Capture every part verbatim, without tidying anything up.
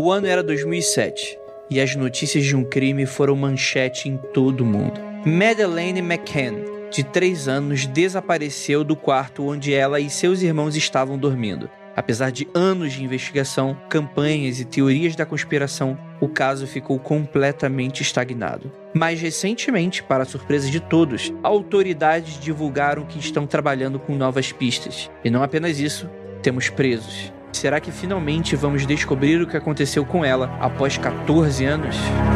O ano era dois mil e sete e as notícias de um crime foram manchete em todo o mundo. Madeleine McCann, de três anos, desapareceu do quarto onde ela e seus irmãos estavam dormindo. Apesar de anos de investigação, campanhas e teorias da conspiração, o caso ficou completamente estagnado. Mais recentemente, para a surpresa de todos, autoridades divulgaram que estão trabalhando com novas pistas. E não apenas isso, temos presos. Será que finalmente vamos descobrir o que aconteceu com ela após quatorze anos?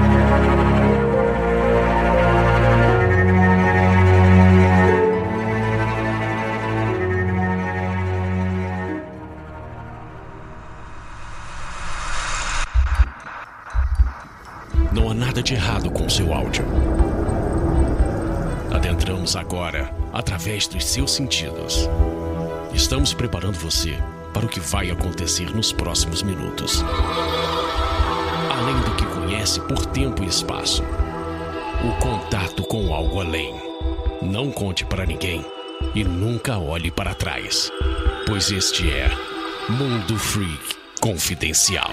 Não há nada de errado com seu áudio. Adentramos agora através dos seus sentidos. Estamos preparando você para o que vai acontecer nos próximos minutos. Além do que conhece por tempo e espaço, o contato com algo além. Não conte para ninguém e nunca olhe para trás, pois este é Mundo Freak Confidencial.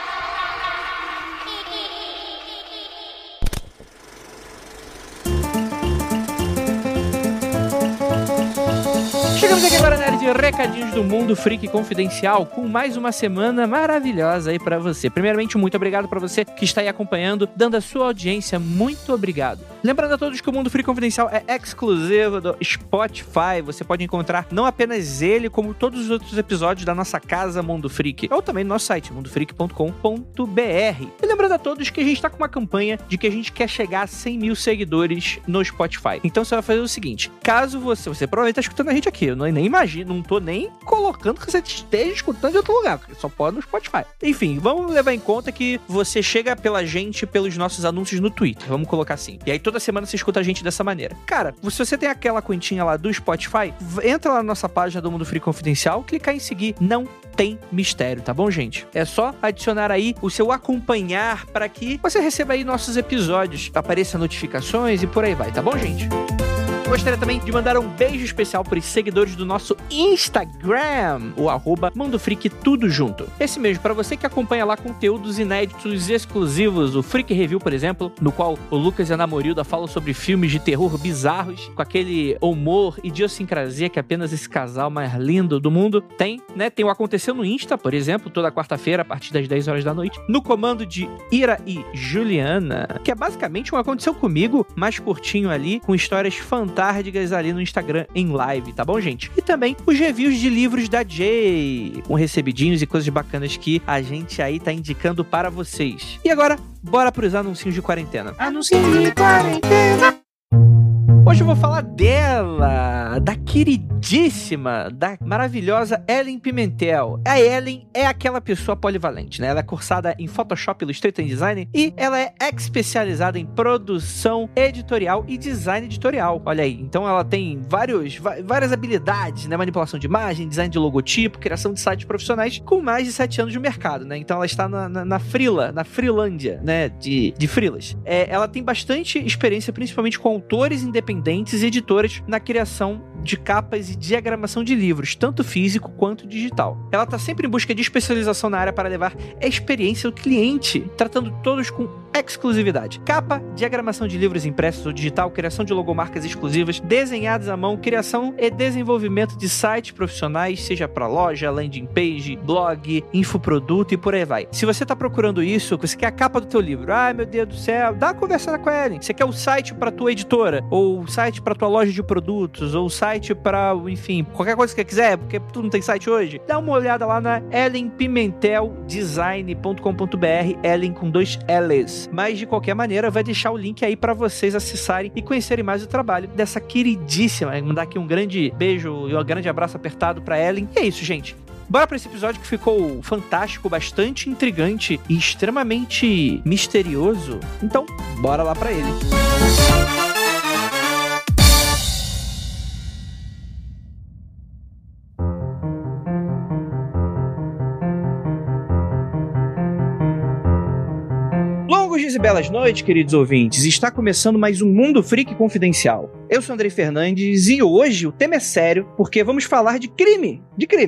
Chegamos aqui agora na área de recadinhos do Mundo Freak Confidencial, com mais uma semana maravilhosa aí pra você. Primeiramente, muito obrigado pra você que está aí acompanhando, dando a sua audiência, muito obrigado. Lembrando a todos que o Mundo Freak Confidencial é exclusivo do Spotify. Você pode encontrar não apenas ele, como todos os outros episódios da nossa casa Mundo Freak, ou também no nosso site, mundo freak ponto com ponto b r. E lembrando a todos que a gente tá com uma campanha de que a gente quer chegar a cem mil seguidores no Spotify. Então você vai fazer o seguinte, caso você, você provavelmente tá escutando a gente aqui, eu não, nem imagino, não tô nem colocando que você esteja escutando de outro lugar, porque só pode no Spotify. Enfim, vamos levar em conta que você chega pela gente pelos nossos anúncios no Twitter, vamos colocar assim. E aí toda semana você escuta a gente dessa maneira. Cara, se você tem aquela continha lá do Spotify, entra lá na nossa página do Mundo Freak Confidencial, clicar em seguir, não tem mistério, tá bom, gente? É só adicionar aí o seu acompanhar para que você receba aí nossos episódios, apareça notificações e por aí vai, tá bom, gente? Gostaria também de mandar um beijo especial para os seguidores do nosso Instagram, o arroba Mundo Freak, tudo junto. Esse mesmo, para você que acompanha lá conteúdos inéditos exclusivos, o Freak Review, por exemplo, no qual o Lucas e a Namorilda falam sobre filmes de terror bizarros, com aquele humor, idiosincrasia que apenas esse casal mais lindo do mundo tem, né? Tem o Aconteceu no Insta, por exemplo, toda quarta-feira, a partir das dez horas da noite, no comando de Ira e Juliana, que é basicamente um Aconteceu Comigo, mais curtinho ali, com histórias fantásticas tardes ali no Instagram em live, tá bom, gente? E também os reviews de livros da Jay, com recebidinhos e coisas bacanas que a gente aí tá indicando para vocês. E agora, bora pros anuncinhos de quarentena. Anuncinhos de quarentena! Hoje eu vou falar dela, da queridíssima, da maravilhosa Ellen Pimentel. A Ellen é aquela pessoa polivalente, né? Ela é cursada em Photoshop, Illustrator e Design e ela é especializada em produção editorial e design editorial. Olha aí, então ela tem vários, várias habilidades, né? Manipulação de imagem, design de logotipo, criação de sites profissionais com mais de sete anos de mercado, né? Então ela está na, na, na Frila, na Freelândia, né? De, de Frilas. É, ela tem bastante experiência, principalmente com autores independentes e editoras na criação de capas e diagramação de livros, tanto físico quanto digital. Ela está sempre em busca de especialização na área para levar a experiência do cliente, tratando todos com exclusividade. Capa, diagramação de livros impressos ou digital, criação de logomarcas exclusivas, desenhadas à mão, criação e desenvolvimento de sites profissionais, seja para loja, landing page, blog, infoproduto e por aí vai. Se você está procurando isso, você quer a capa do teu livro, ai meu Deus do céu, dá uma conversada com a Ellen. Você quer o site para tua editora, ou o site para tua loja de produtos, ou o site para, enfim, qualquer coisa que você quiser, porque tu não tem site hoje, dá uma olhada lá na ellen pimentel design ponto com ponto b r, Ellen com dois L's. Mas de qualquer maneira, vai deixar o link aí para vocês acessarem e conhecerem mais o trabalho dessa queridíssima. Mandar aqui um grande beijo e um grande abraço apertado para Ellen. E é isso, gente. Bora para esse episódio que ficou fantástico, bastante intrigante e extremamente misterioso. Então, bora lá para ele. Longos dias e belas noites, queridos ouvintes. Está começando mais um Mundo Freak Confidencial. Eu sou Andrei Fernandes e hoje o tema é sério porque vamos falar de crime. De crime.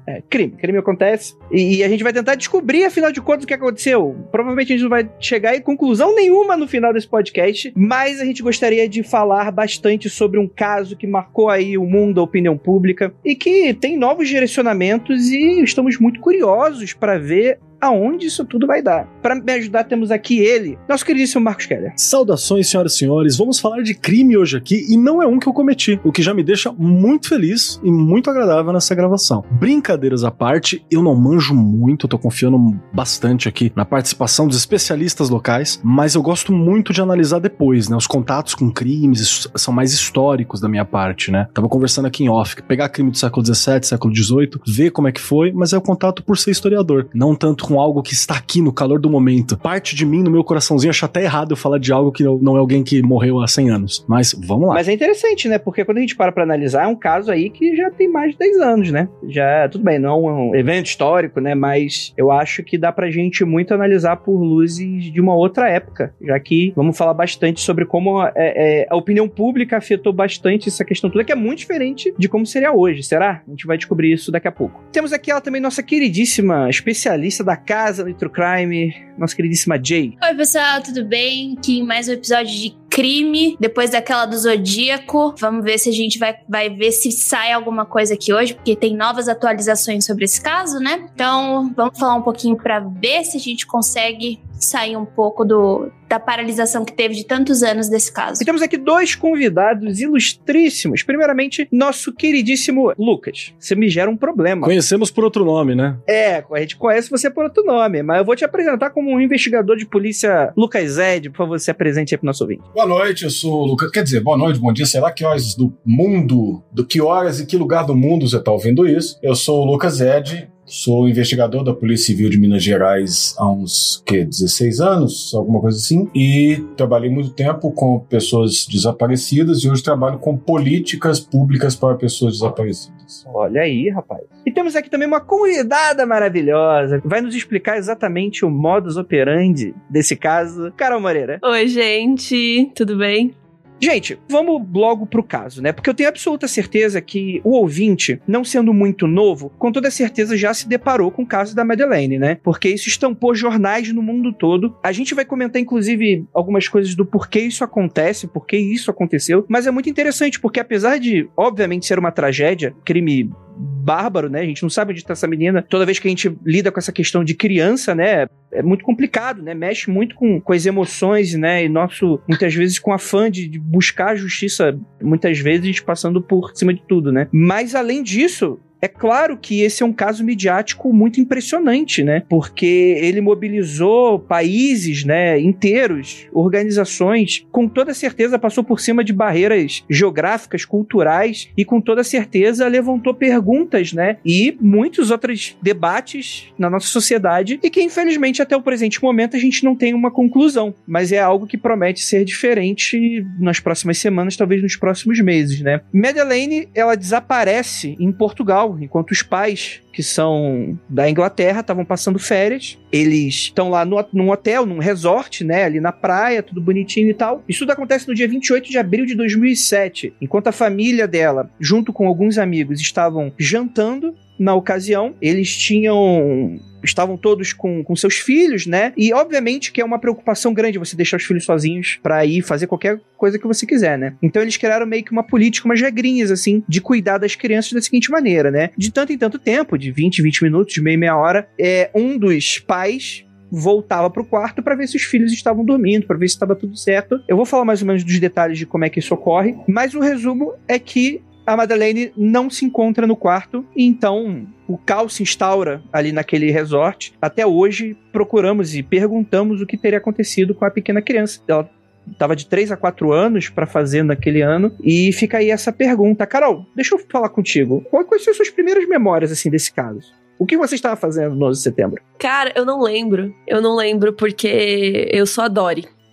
É, crime. Crime acontece. E, e a gente vai tentar descobrir, afinal de contas, o que aconteceu. Provavelmente a gente não vai chegar em conclusão nenhuma no final desse podcast, mas a gente gostaria de falar bastante sobre um caso que marcou aí o mundo, a opinião pública, e que tem novos direcionamentos e estamos muito curiosos para ver aonde isso tudo vai dar. Para me ajudar, temos aqui ele, nosso queridíssimo Marcos Keller. Saudações, senhoras e senhores. Vamos falar de crime hoje aqui, e não é um que eu cometi, o que já me deixa muito feliz e muito agradável nessa gravação. Brincadeiras à parte, eu não manjo muito, tô confiando bastante aqui na participação dos especialistas locais, mas eu gosto muito de analisar depois, né? Os contatos com crimes são mais históricos da minha parte, né? Tava conversando aqui em off, pegar crime do século dezessete, século dezoito, ver como é que foi, mas é o contato por ser historiador, não tanto com algo que está aqui no calor do momento. Parte de mim, no meu coraçãozinho, acha até errado eu falar de algo que não é alguém que morreu há cem anos. Mas vamos lá. Mas é interessante, né? Porque quando a gente para pra analisar, é um caso aí que já tem mais de dez anos, né? Já, tudo bem, não é um evento histórico, né? Mas eu acho que dá pra gente muito analisar por luzes de uma outra época, já que vamos falar bastante sobre como é, é, a opinião pública afetou bastante essa questão toda, que é muito diferente de como seria hoje, será? A gente vai descobrir isso daqui a pouco. Temos aqui ela também, nossa queridíssima especialista da casa do True Crime, nossa queridíssima Jay. Oi, pessoal, tudo bem? Aqui em mais um episódio de crime, depois daquela do Zodíaco. Vamos ver se a gente vai, vai ver se sai alguma coisa aqui hoje, porque tem novas atualizações sobre esse caso, né? Então, vamos falar um pouquinho pra ver se a gente consegue sair um pouco do, da paralisação que teve de tantos anos desse caso. E temos aqui dois convidados ilustríssimos. Primeiramente, nosso queridíssimo Lucas. Você me gera um problema. Conhecemos por outro nome, né? É, a gente conhece você por outro nome, mas eu vou te apresentar como um investigador de polícia, Lucas Zed. Por favor, se apresente aí pro nosso ouvinte. Boa noite, eu sou o Lucas. Quer dizer, boa noite, bom dia, sei lá que horas do mundo, do que horas e que lugar do mundo você tá ouvindo isso. Eu sou o Lucas Zed. Sou investigador da Polícia Civil de Minas Gerais há uns, que, dezesseis anos, alguma coisa assim, e trabalhei muito tempo com pessoas desaparecidas e hoje trabalho com políticas públicas para pessoas desaparecidas. Olha aí, rapaz. E temos aqui também uma convidada maravilhosa, vai nos explicar exatamente o modus operandi desse caso. Carol Moreira. Oi, gente, tudo bem? Gente, vamos logo pro caso, né? Porque eu tenho absoluta certeza que o ouvinte, não sendo muito novo, com toda certeza já se deparou com o caso da Madeleine, né? Porque isso estampou jornais no mundo todo. A gente vai comentar, inclusive, algumas coisas do porquê isso acontece, porquê isso aconteceu, mas é muito interessante, porque apesar de, obviamente, ser uma tragédia, crime bárbaro, né? A gente não sabe onde está essa menina. Toda vez que a gente lida com essa questão de criança, né? É muito complicado, né? Mexe muito com, com as emoções, né? E nosso, muitas vezes, com a fã de, de buscar a justiça, muitas vezes passando por cima de tudo, né? Mas, além disso, é claro que esse é um caso midiático muito impressionante, né? Porque ele mobilizou países, né, inteiros, organizações, com toda certeza passou por cima de barreiras geográficas, culturais, e com toda certeza levantou perguntas, né? E muitos outros debates na nossa sociedade, e que infelizmente até o presente momento a gente não tem uma conclusão, mas é algo que promete ser diferente nas próximas semanas, talvez nos próximos meses, né? Madeleine, ela desaparece em Portugal, enquanto os pais, que são da Inglaterra, estavam passando férias. Eles estão lá no, num hotel, num resort, né, ali na praia, tudo bonitinho e tal. Isso tudo acontece no dia vinte e oito de abril de dois mil e sete, enquanto a família dela, junto com alguns amigos, estavam jantando. Na ocasião, eles tinham... estavam todos com, com seus filhos, né? E, obviamente, que é uma preocupação grande você deixar os filhos sozinhos pra ir fazer qualquer coisa que você quiser, né? Então, eles criaram meio que uma política, umas regrinhas, assim, de cuidar das crianças da seguinte maneira, né? De tanto em tanto tempo, de vinte, vinte minutos, de meia, meia hora, é, um dos pais voltava pro quarto para ver se os filhos estavam dormindo, para ver se estava tudo certo. Eu vou falar mais ou menos dos detalhes de como é que isso ocorre, mas o resumo é que a Madeleine não se encontra no quarto, e então o caos se instaura ali naquele resort. Até hoje, procuramos e perguntamos o que teria acontecido com a pequena criança. Ela estava de três a quatro anos para fazer naquele ano, e fica aí essa pergunta. Carol, deixa eu falar contigo. Quais são as suas primeiras memórias, assim, desse caso? O que você estava fazendo no onze de setembro? Cara, eu não lembro. Eu não lembro porque eu sou a Dory.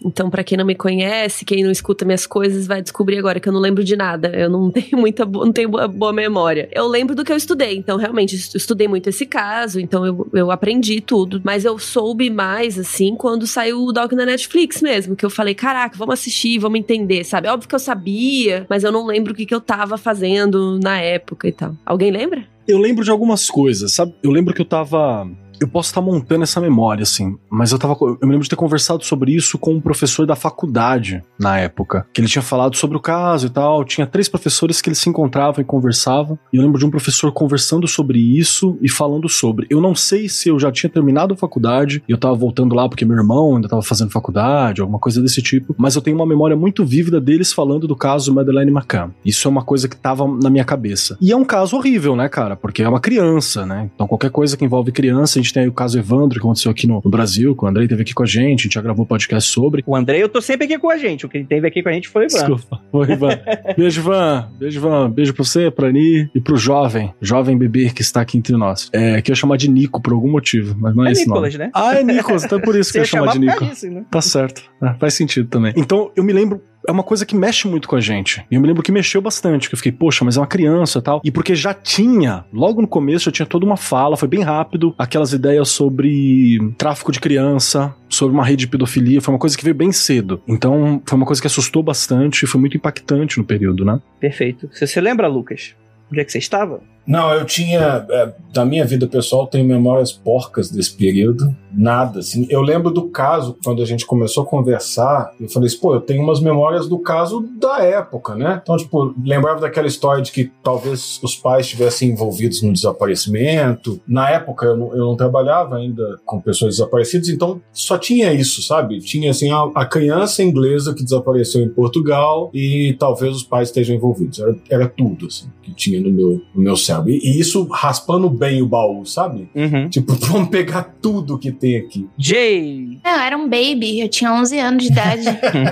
Então, pra quem não me conhece, quem não escuta minhas coisas, vai descobrir agora que eu não lembro de nada. Eu não tenho muita bo- não tenho boa, boa memória. Eu lembro do que eu estudei. Então, realmente, eu estudei muito esse caso. Então, eu, eu aprendi tudo. Mas eu soube mais, assim, quando saiu o doc na Netflix mesmo. Que eu falei, caraca, vamos assistir, vamos entender, sabe? Óbvio que eu sabia, mas eu não lembro o que, que eu tava fazendo na época e tal. Alguém lembra? Eu lembro de algumas coisas, sabe? Eu lembro que eu tava... Eu posso estar montando essa memória, assim, mas eu tava. Eu me lembro de ter conversado sobre isso com um professor da faculdade na época. Que ele tinha falado sobre o caso e tal. Tinha três professores que eles se encontravam e conversavam. E eu lembro de um professor conversando sobre isso e falando sobre. Eu não sei se eu já tinha terminado a faculdade e eu tava voltando lá porque meu irmão ainda tava fazendo faculdade, alguma coisa desse tipo. Mas eu tenho uma memória muito vívida deles falando do caso Madeleine McCann. Isso é uma coisa que tava na minha cabeça. E é um caso horrível, né, cara? Porque é uma criança, né? Então qualquer coisa que envolve criança, a gente tem aí o caso Evandro, que aconteceu aqui no, no Brasil, que o Andrei teve aqui com a gente, a gente já gravou podcast sobre. O Andrei, eu tô sempre aqui com a gente. O que teve aqui com a gente foi o Ivan. Desculpa. Oi, Ivan. Beijo, Ivan. Beijo, Ivan. Beijo pra você, pra Ani e pro jovem, jovem bebê que está aqui entre nós. É, que eu ia chamar de Nico por algum motivo, mas não é, É esse Nicolas, nome. né? Ah, é Nicolas, então é por isso que eu ia Você chamar de chamar Nico. pra isso, né? Tá certo. É, faz sentido também. Então, eu me lembro. É uma coisa que mexe muito com a gente. E eu me lembro que mexeu bastante, que eu fiquei, poxa, mas é uma criança e tal. E porque já tinha, logo no começo, já tinha toda uma fala, foi bem rápido, aquelas ideias sobre tráfico de criança, sobre uma rede de pedofilia, foi uma coisa que veio bem cedo. Então, foi uma coisa que assustou bastante e foi muito impactante no período, né? Perfeito. Você se lembra, Lucas? Onde é que você estava? Não, eu tinha, é, da minha vida pessoal, tenho memórias porcas desse período, nada, assim. Eu lembro do caso, quando a gente começou a conversar, eu falei assim, pô, eu tenho umas memórias do caso da época, né? Então, tipo, lembrava daquela história de que talvez os pais estivessem envolvidos no desaparecimento. Na época, eu não, eu não trabalhava ainda com pessoas desaparecidas, então só tinha isso, sabe? Tinha, assim, a, a criança inglesa que desapareceu em Portugal e talvez os pais estejam envolvidos. Era, era tudo, assim, que tinha no meu, no meu cérebro. E, e isso raspando bem o baú, sabe? Uhum. Tipo, vamos pegar tudo que tem aqui. Jay! Não, eu era um baby, eu tinha onze anos de idade.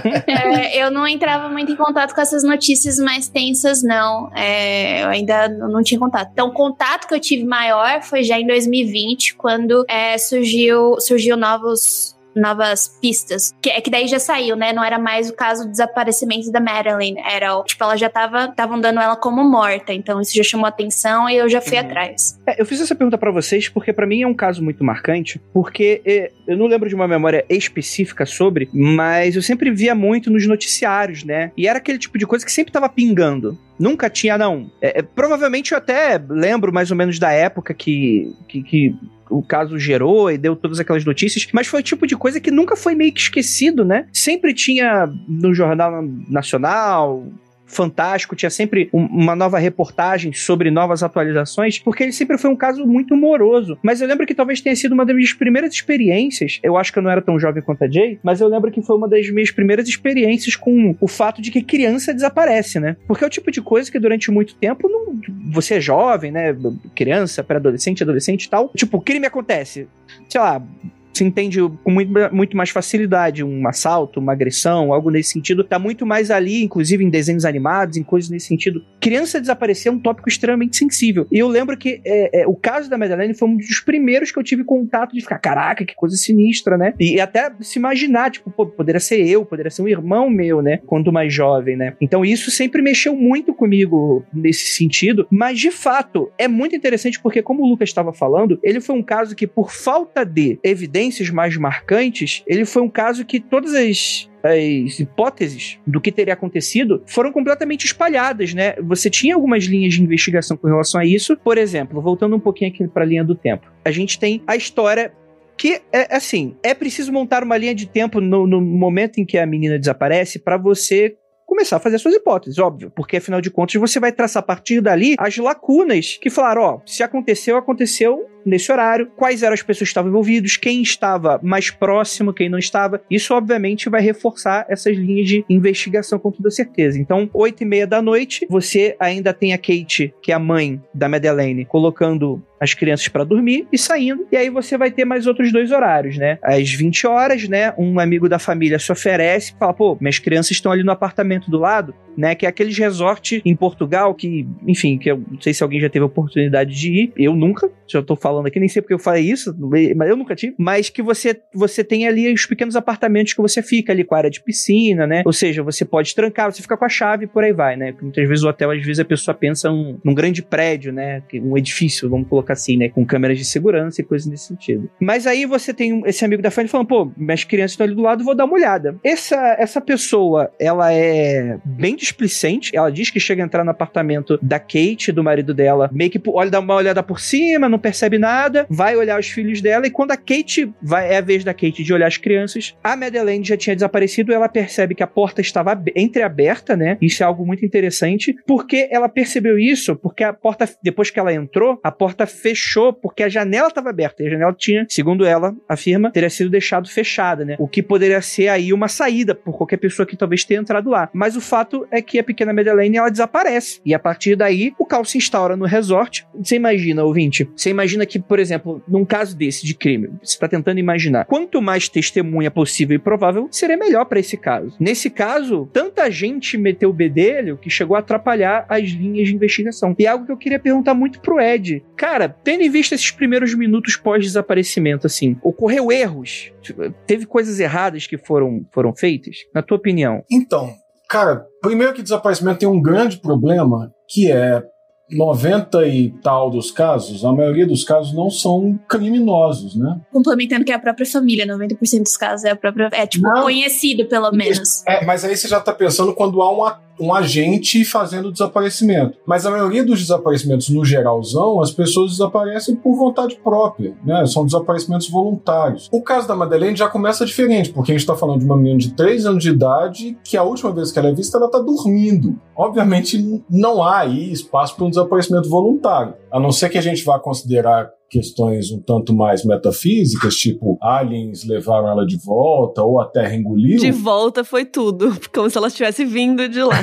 é, eu não entrava muito em contato com essas notícias mais tensas, não. É, eu ainda não tinha contato. Então, o contato que eu tive maior foi já em dois mil e vinte, quando é, surgiu, surgiu novos... novas pistas, que é que daí já saiu, né, não era mais o caso do desaparecimento da Madeleine, era, tipo, ela já tava, estavam dando ela como morta, então isso já chamou atenção e eu já fui uhum. atrás. É, eu fiz essa pergunta pra vocês porque pra mim é um caso muito marcante, porque é, eu não lembro de uma memória específica sobre, mas eu sempre via muito nos noticiários, né, e era aquele tipo de coisa que sempre tava pingando. Nunca tinha, não. É, é, provavelmente eu até lembro mais ou menos da época que, que, que o caso gerou e deu todas aquelas notícias, mas foi o tipo de coisa que nunca foi meio que esquecido, né? Sempre tinha no Jornal Nacional, Fantástico, tinha sempre um, uma nova reportagem sobre novas atualizações, porque ele sempre foi um caso muito moroso. Mas eu lembro que talvez tenha sido uma das minhas primeiras experiências, eu acho que eu não era tão jovem quanto a Jay, mas eu lembro que foi uma das minhas primeiras experiências com o fato de que criança desaparece, né? Porque é o tipo de coisa que durante muito tempo, não, você é jovem, né? Criança, pré-adolescente, adolescente e tal, tipo, o crime acontece, sei lá, se entende com muito, muito mais facilidade um assalto, uma agressão, algo nesse sentido, tá muito mais ali, inclusive em desenhos animados, em coisas nesse sentido. Criança desaparecer é um tópico extremamente sensível. E eu lembro que é, é, o caso da Madeleine foi um dos primeiros que eu tive contato de ficar, caraca, que coisa sinistra, né? E, e até se imaginar, tipo, pô, poderia ser eu, poderia ser um irmão meu, né? Quando mais jovem, né? Então isso sempre mexeu muito comigo nesse sentido, mas de fato, é muito interessante porque, como o Lucas estava falando, ele foi um caso que, por falta de evidência mais marcantes, ele foi um caso que todas as as hipóteses do que teria acontecido foram completamente espalhadas, né? Você tinha algumas linhas de investigação com relação a isso. Por exemplo, voltando um pouquinho aqui para a linha do tempo, a gente tem a história que, é assim, é preciso montar uma linha de tempo no, no momento em que a menina desaparece para você começar a fazer suas hipóteses, óbvio, porque afinal de contas você vai traçar a partir dali as lacunas que falaram, ó, se aconteceu, aconteceu nesse horário, quais eram as pessoas que estavam envolvidas, quem estava mais próximo, quem não estava. Isso obviamente vai reforçar essas linhas de investigação com toda certeza. Então, oito e meia da noite, você ainda tem a Kate, que é a mãe da Madeleine, colocando as crianças pra dormir e saindo. E aí você vai ter mais outros dois horários, né? Às vinte horas, né? Um amigo da família se oferece e fala, pô, minhas crianças estão ali no apartamento do lado, né? Que é aqueles resort em Portugal que, enfim, que eu não sei se alguém já teve a oportunidade de ir. Eu nunca, já tô falando aqui, nem sei porque eu falei isso, mas eu nunca tive. Mas que você, você tem ali os pequenos apartamentos que você fica ali com a área de piscina, né? Ou seja, você pode trancar, você fica com a chave e por aí vai, né? Muitas vezes o hotel, às vezes a pessoa pensa um, num grande prédio, né? Um edifício, vamos colocar assim, né? Com câmeras de segurança e coisas nesse sentido. Mas aí você tem esse amigo da família falando, pô, minhas crianças estão ali do lado, vou dar uma olhada. Essa, essa pessoa, ela é bem displicente, ela diz que chega a entrar no apartamento da Kate, do marido dela, meio que olha, dá uma olhada por cima, não percebe nada, vai olhar os filhos dela, e quando a Kate, vai, é a vez da Kate de olhar as crianças, a Madeleine já tinha desaparecido, ela percebe que a porta estava entreaberta, né? Isso é algo muito interessante, porque ela percebeu isso, porque a porta, depois que ela entrou, a porta fechou, porque a janela estava aberta, e a janela tinha, segundo ela afirma, teria sido deixado fechada, né? O que poderia ser aí uma saída por qualquer pessoa que talvez tenha entrado lá. Mas o fato é que a pequena Madeleine, ela desaparece. E a partir daí, o caos se instaura no resort. Você imagina, ouvinte, você imagina que, por exemplo, num caso desse de crime, você está tentando imaginar, quanto mais testemunha possível e provável, seria melhor para esse caso. Nesse caso, tanta gente meteu o bedelho que chegou a atrapalhar as linhas de investigação. E é algo que eu queria perguntar muito pro Ed. Cara, tendo em vista esses primeiros minutos pós-desaparecimento, assim, ocorreu erros? Teve coisas erradas que foram, foram feitas? Na tua opinião? Então, cara, primeiro que desaparecimento tem um grande problema, que é noventa e tal dos casos, a maioria dos casos não são criminosos, né? Complementando que é a própria família, noventa por cento dos casos é a própria... É, tipo, não, conhecido, pelo menos. É, mas aí você já tá pensando quando há um um agente fazendo desaparecimento. Mas a maioria dos desaparecimentos, no geralzão, as pessoas desaparecem por vontade própria, né? São desaparecimentos voluntários. O caso da Madeleine já começa diferente, porque a gente está falando de uma menina de três anos de idade que a última vez que ela é vista, ela está dormindo. Obviamente, não há aí espaço para um desaparecimento voluntário. A não ser que a gente vá considerar questões um tanto mais metafísicas, tipo aliens levaram ela de volta ou a Terra engoliu. De volta foi tudo, como se ela tivesse vindo de lá.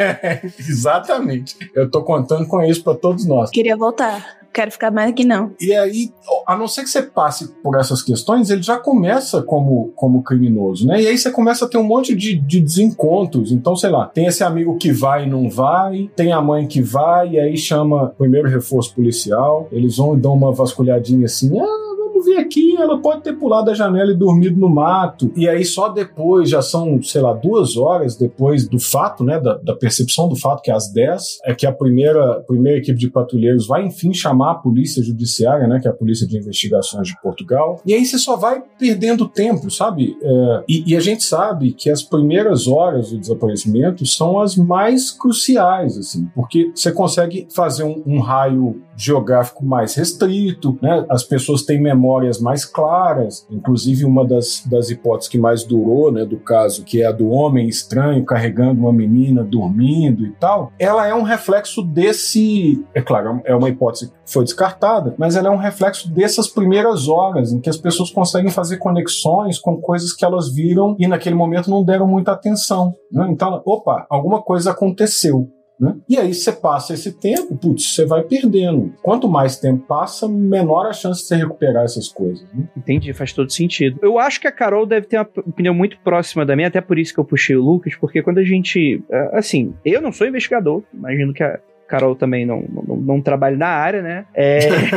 Exatamente. Eu tô contando com isso para todos nós. Queria voltar. Quero ficar mais aqui, não. E aí, a não ser que você passe por essas questões, ele já começa como, como criminoso, né? E aí você começa a ter um monte de, de desencontros. Então, sei lá, tem esse amigo que vai e não vai, tem a mãe que vai, e aí chama o primeiro reforço policial, eles vão e dão uma vasculhadinha assim, ah, vamos ver aqui, ela pode ter pulado da janela e dormido no mato. E aí só depois, já são, sei lá, duas horas depois do fato, né, da, da percepção do fato, que é às dez, é que a primeira, a primeira equipe de patrulheiros vai, enfim, chamar a polícia judiciária, né, que é a Polícia de Investigações de Portugal. E aí você só vai perdendo tempo, sabe? É, e, e a gente sabe que as primeiras horas do desaparecimento são as mais cruciais, assim, porque você consegue fazer um, um raio geográfico mais restrito, né? As pessoas têm memórias mais claras, inclusive uma das, das hipóteses que mais durou, né, do caso, que é a do homem estranho carregando uma menina dormindo e tal, ela é um reflexo desse, é claro, é uma hipótese que foi descartada, mas ela é um reflexo dessas primeiras horas em que as pessoas conseguem fazer conexões com coisas que elas viram e naquele momento não deram muita atenção, né? Então, opa, alguma coisa aconteceu. Né? E aí você passa esse tempo, putz, você vai perdendo. Quanto mais tempo passa, menor a chance de você recuperar essas coisas. Né? Entendi, faz todo sentido. Eu acho que a Carol deve ter uma opinião muito próxima da minha, até por isso que eu puxei o Lucas, porque quando a gente... Assim, eu não sou investigador, imagino que a Carol também não, não, não trabalha na área, né? É...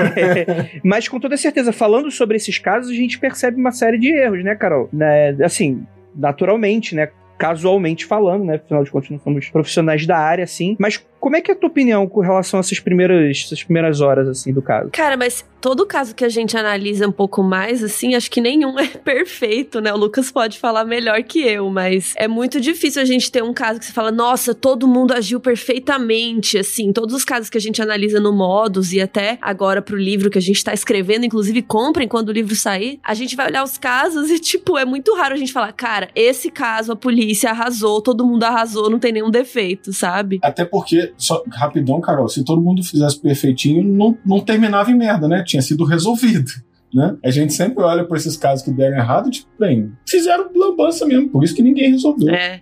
Mas com toda certeza, falando sobre esses casos, a gente percebe uma série de erros, né, Carol? Né? Assim, naturalmente, né? Casualmente falando, né? Afinal de contas, não somos profissionais da área, assim. Mas como é que é a tua opinião com relação a essas primeiras, essas primeiras horas, assim, do caso? Cara, mas todo caso que a gente analisa um pouco mais, assim, acho que nenhum é perfeito, né? O Lucas pode falar melhor que eu, mas é muito difícil a gente ter um caso que você fala, nossa, todo mundo agiu perfeitamente, assim. Todos os casos que a gente analisa no Modus e até agora pro livro que a gente tá escrevendo, inclusive comprem quando o livro sair, a gente vai olhar os casos e, tipo, é muito raro a gente falar, cara, esse caso a polícia arrasou, todo mundo arrasou, não tem nenhum defeito, sabe? Até porque, só rapidão, Carol, se todo mundo fizesse perfeitinho, não, não terminava em merda, né? Tinha sido resolvido. né? A gente sempre olha por esses casos que deram errado, tipo, bem, fizeram lambança mesmo, por isso que ninguém resolveu. É,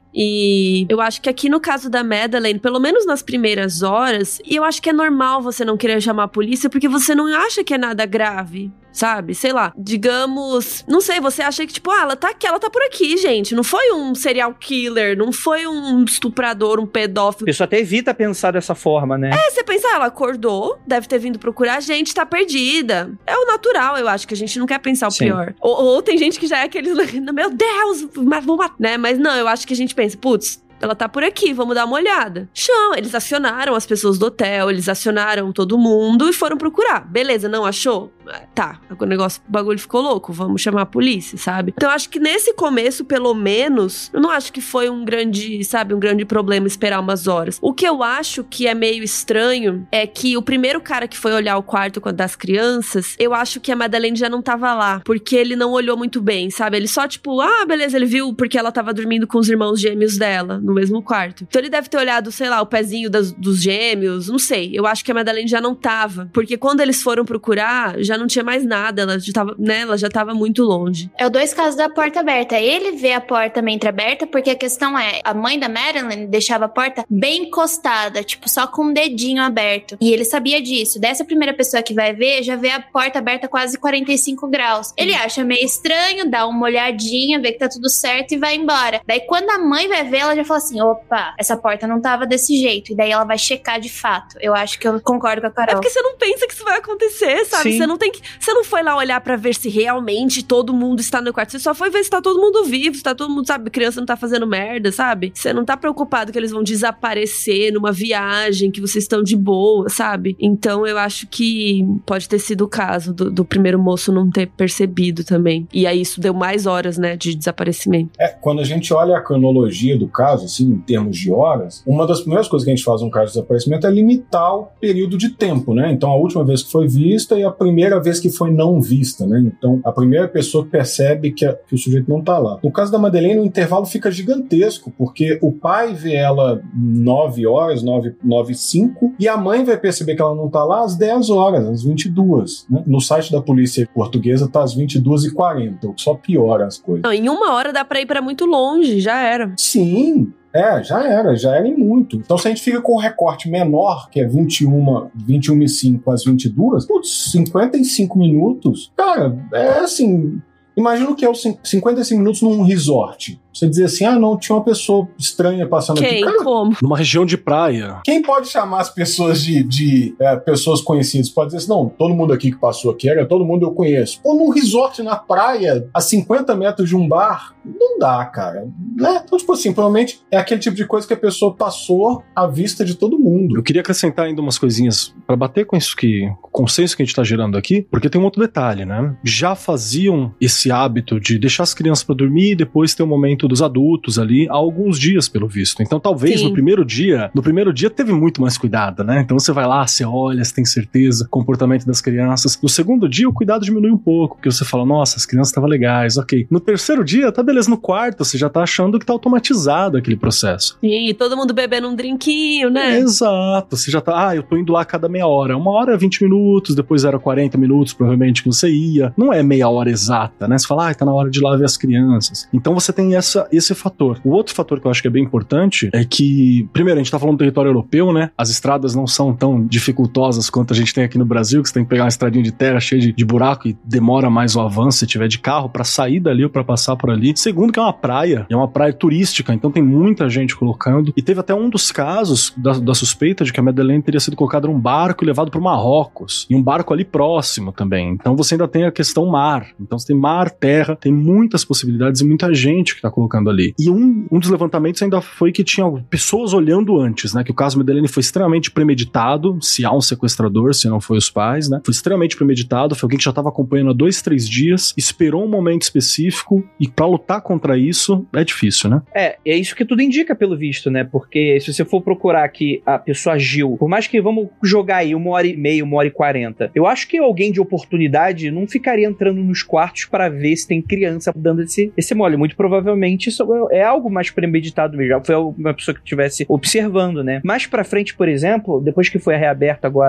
e eu acho que aqui no caso da Madeleine, pelo menos nas primeiras horas, e eu acho que é normal você não querer chamar a polícia porque você não acha que é nada grave. Sabe? Sei lá, digamos, não sei, você acha que tipo, ah, ela tá aqui, ela tá por aqui, gente, não foi um serial killer, não foi um estuprador, um pedófilo. A pessoa até evita pensar dessa forma, né? É, você pensa, ah, ela acordou, deve ter vindo procurar a gente, tá perdida. É o natural, eu acho, que a gente não quer pensar o Sim. pior. Ou, ou tem gente que já é aqueles, meu Deus, mas vou matar, né? Mas não, eu acho que a gente pensa, putz, ela tá por aqui, vamos dar uma olhada. Chama, eles acionaram as pessoas do hotel, eles acionaram todo mundo e foram procurar. Beleza, não achou? Tá, o negócio, o bagulho ficou louco, vamos chamar a polícia, sabe? Então eu acho que nesse começo, pelo menos, eu não acho que foi um grande, sabe, um grande problema esperar umas horas. O que eu acho que é meio estranho é que o primeiro cara que foi olhar o quarto das crianças, eu acho que a Madeleine já não tava lá, porque ele não olhou muito bem, sabe? Ele só tipo, ah, beleza, ele viu porque ela tava dormindo com os irmãos gêmeos dela, no mesmo quarto. Então ele deve ter olhado, sei lá, o pezinho das, dos gêmeos, não sei. Eu acho que a Madeleine já não tava, porque quando eles foram procurar, já não tinha mais nada, ela já tava, né, ela já tava muito longe. É o dois casos da porta aberta. Ele vê a porta meio entreaberta, porque a questão é, a mãe da Madeleine deixava a porta bem encostada, tipo, só com um dedinho aberto. E ele sabia disso. Dessa primeira pessoa que vai ver, já vê a porta aberta quase quarenta e cinco graus. Ele acha meio estranho, dá uma olhadinha, vê que tá tudo certo e vai embora. Daí quando a mãe vai ver, ela já fala assim, opa, essa porta não tava desse jeito. E daí ela vai checar de fato. Eu acho que eu concordo com a Carol. É porque você não pensa que isso vai acontecer, sabe? Sim. Você não tem que... Você não foi lá olhar pra ver se realmente todo mundo está no quarto. Você só foi ver se tá todo mundo vivo, se tá todo mundo, sabe? Criança não tá fazendo merda, sabe? Você não tá preocupado que eles vão desaparecer numa viagem, que vocês estão de boa, sabe? Então eu acho que pode ter sido o caso do, do primeiro moço não ter percebido também. E aí isso deu mais horas, né, de desaparecimento. É, quando a gente olha a cronologia do caso, assim, em termos de horas, uma das primeiras coisas que a gente faz num caso de desaparecimento é limitar o período de tempo, né? Então a última vez que foi vista e a primeira vez que foi não vista, né? Então a primeira pessoa que percebe que, a, que o sujeito não tá lá. No caso da Madeleine, o intervalo fica gigantesco, porque o pai vê ela nove horas, nove e cinco, e a mãe vai perceber que ela não tá lá às dez horas, às vinte e duas, né? No site da polícia portuguesa tá às vinte e duas e quarenta, o que só piora as coisas. Não, em uma hora dá pra ir pra muito longe, já era. Sim, é, já era, já era e muito. Então se a gente fica com um recorte menor, que é vinte e uma, vinte e uma e cinco às vinte e duas, putz, cinquenta e cinco minutos, cara, é assim, imagina o que é os cinquenta e cinco minutos num resort. Você dizer assim, ah não, tinha uma pessoa estranha passando Quem? aqui. Cara, Como? Numa região de praia. quem pode chamar as pessoas de, de é, pessoas conhecidas? Pode dizer assim, não, todo mundo aqui que passou aqui era todo mundo eu conheço. Pô, num resort na praia, a cinquenta metros de um bar, não dá, cara. Né? Então, tipo assim, provavelmente é aquele tipo de coisa que a pessoa passou à vista de todo mundo. Eu queria acrescentar ainda umas coisinhas pra bater com isso que, o consenso que a gente tá gerando aqui, porque tem um outro detalhe, né? Já faziam esse hábito de deixar as crianças pra dormir e depois ter um momento dos adultos ali há alguns dias, pelo visto. Então talvez Sim. no primeiro dia, no primeiro dia teve muito mais cuidado, né? Então você vai lá, você olha, você tem certeza, comportamento das crianças. No segundo dia o cuidado diminui um pouco, porque você fala, nossa, as crianças estavam legais, ok. No terceiro dia, tá beleza, no quarto você já tá achando que tá automatizado aquele processo. E todo mundo bebendo um drinquinho, né? Exato, você já tá, ah, eu tô indo lá a cada meia hora. Uma hora é vinte minutos, depois era quarenta minutos, provavelmente, que você ia. Não é meia hora exata, né? Você fala, ah, tá na hora de ir lá ver as crianças. Então você tem essa, esse fator. O outro fator que eu acho que é bem importante é que, primeiro, a gente tá falando do território europeu, né? As estradas não são tão dificultosas quanto a gente tem aqui no Brasil, que você tem que pegar uma estradinha de terra cheia de, de buraco e demora mais o avanço se tiver de carro pra sair dali ou pra passar por ali. Segundo, que é uma praia, é uma praia turística, então tem muita gente colocando. E teve até um dos casos da, da suspeita de que a Madeleine teria sido colocada num barco e levado pro Marrocos. E um barco ali próximo também. Então você ainda tem a questão mar. Então você tem mar, terra, tem muitas possibilidades e muita gente que tá colocando ali. E um, um dos levantamentos ainda foi que tinha pessoas olhando antes, né? Que o caso Madeleine foi extremamente premeditado, se há um sequestrador, se não foi os pais, né? Foi extremamente premeditado, foi alguém que já estava acompanhando há dois, três dias, esperou um momento específico e pra lutar contra isso é difícil, né? É, é isso que tudo indica pelo visto, né? Porque se você for procurar que a pessoa agiu, por mais que vamos jogar aí uma hora e meia, uma hora e quarenta, eu acho que alguém de oportunidade não ficaria entrando nos quartos para ver se tem criança dando esse, esse mole. Muito provavelmente isso é algo mais premeditado mesmo. Foi uma pessoa que estivesse observando, né? Mais pra frente, por exemplo, depois que foi reaberto agora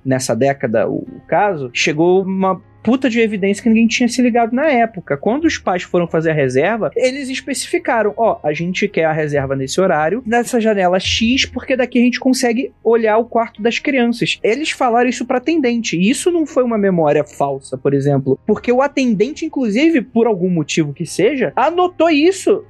nessa década o caso, chegou uma puta de evidência que ninguém tinha se ligado na época. Quando os pais foram fazer a reserva, eles especificaram, ó, a gente quer a reserva nesse horário, nessa janela X, porque daqui a gente consegue olhar o quarto das crianças. Eles falaram isso pra atendente, e isso não foi uma memória falsa, por exemplo, porque o atendente, inclusive, por algum motivo que seja, anotou isso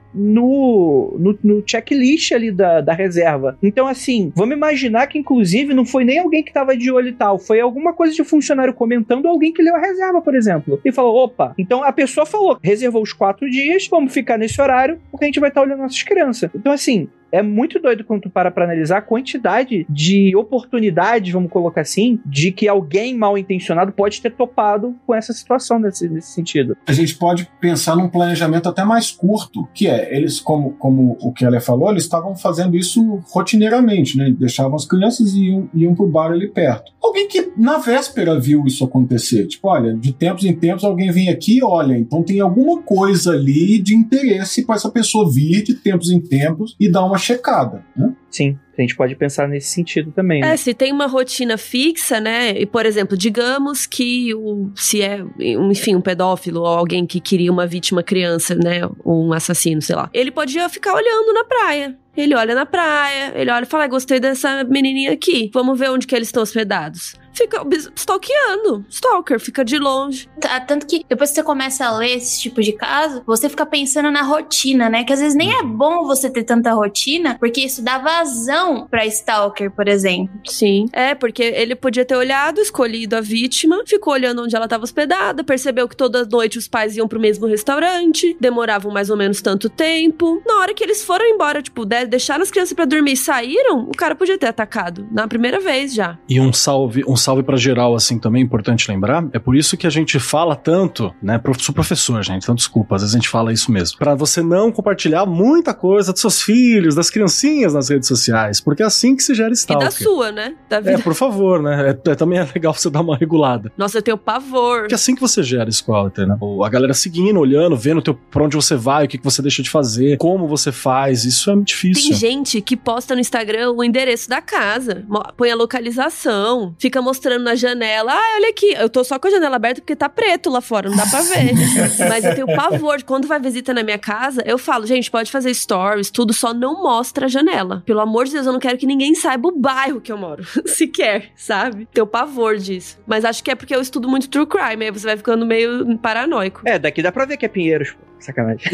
no, no, no checklist ali da, da reserva. Então, assim, vamos imaginar que, inclusive, não foi nem alguém que tava de olho e tal, foi alguma coisa de funcionário comentando, alguém que leu a reserva, por exemplo, e falou, opa, então a pessoa falou, reservou os quatro dias, vamos ficar nesse horário, porque a gente vai estar olhando nossas crianças. Então, assim, é muito doido quando tu para pra analisar a quantidade de oportunidades, vamos colocar assim, de que alguém mal intencionado pode ter topado com essa situação nesse, nesse sentido. A gente pode pensar num planejamento até mais curto, que é, eles, como, como o Keller falou, eles estavam fazendo isso rotineiramente, né? Deixavam as crianças e iam, iam pro bar ali perto. Alguém que na véspera viu isso acontecer, tipo, olha, de tempos em tempos alguém vem aqui e olha, então tem alguma coisa ali de interesse para essa pessoa vir de tempos em tempos e dar uma checada, né? Sim, a gente pode pensar nesse sentido também, né? É, se tem uma rotina fixa, né? E, por exemplo, digamos que o, se é, enfim, um pedófilo ou alguém que queria uma vítima criança, né? Ou um assassino, sei lá. Ele podia ficar olhando na praia. Ele olha na praia, ele olha e fala, ah, gostei dessa menininha aqui. Vamos ver onde que eles estão hospedados. Fica stalkeando. Stalker, fica de longe. Tanto que depois que você começa a ler esse tipo de caso, você fica pensando na rotina, né? Que às vezes nem é bom você ter tanta rotina, porque isso dá vazão pra stalker, por exemplo. Sim. É, porque ele podia ter olhado, escolhido a vítima, ficou olhando onde ela estava hospedada, percebeu que toda noite os pais iam pro mesmo restaurante, demoravam mais ou menos tanto tempo. Na hora que eles foram embora, tipo, deixaram as crianças pra dormir e saíram, o cara podia ter atacado na primeira vez já. E um salve, um salve pra geral, assim, também, importante lembrar, é por isso que a gente fala tanto, né, sou professor, gente, então desculpa, às vezes a gente fala isso mesmo, pra você não compartilhar muita coisa dos seus filhos, das criancinhas nas redes sociais, porque é assim que se gera stalker. E da sua, né? Da vida. É, por favor, né, é, é, também é legal você dar uma regulada. Nossa, eu tenho pavor. Porque é assim que você gera stalker, né, a galera seguindo, olhando, vendo teu, pra onde você vai, o que, que você deixa de fazer, como você faz, isso é muito difícil. Tem gente que posta no Instagram o endereço da casa, põe a localização, fica mostrando na janela, ah, olha aqui, eu tô só com a janela aberta porque tá preto lá fora, não dá pra ver. Mas eu tenho pavor de quando vai visita na minha casa, eu falo, gente, pode fazer stories, tudo, só não mostra a janela. Pelo amor de Deus, eu não quero que ninguém saiba o bairro que eu moro, sequer, sabe? Tenho pavor disso. Mas acho que é porque eu estudo muito true crime, aí você vai ficando meio paranoico. É, daqui dá pra ver que é Pinheiros, pô. Sacanagem.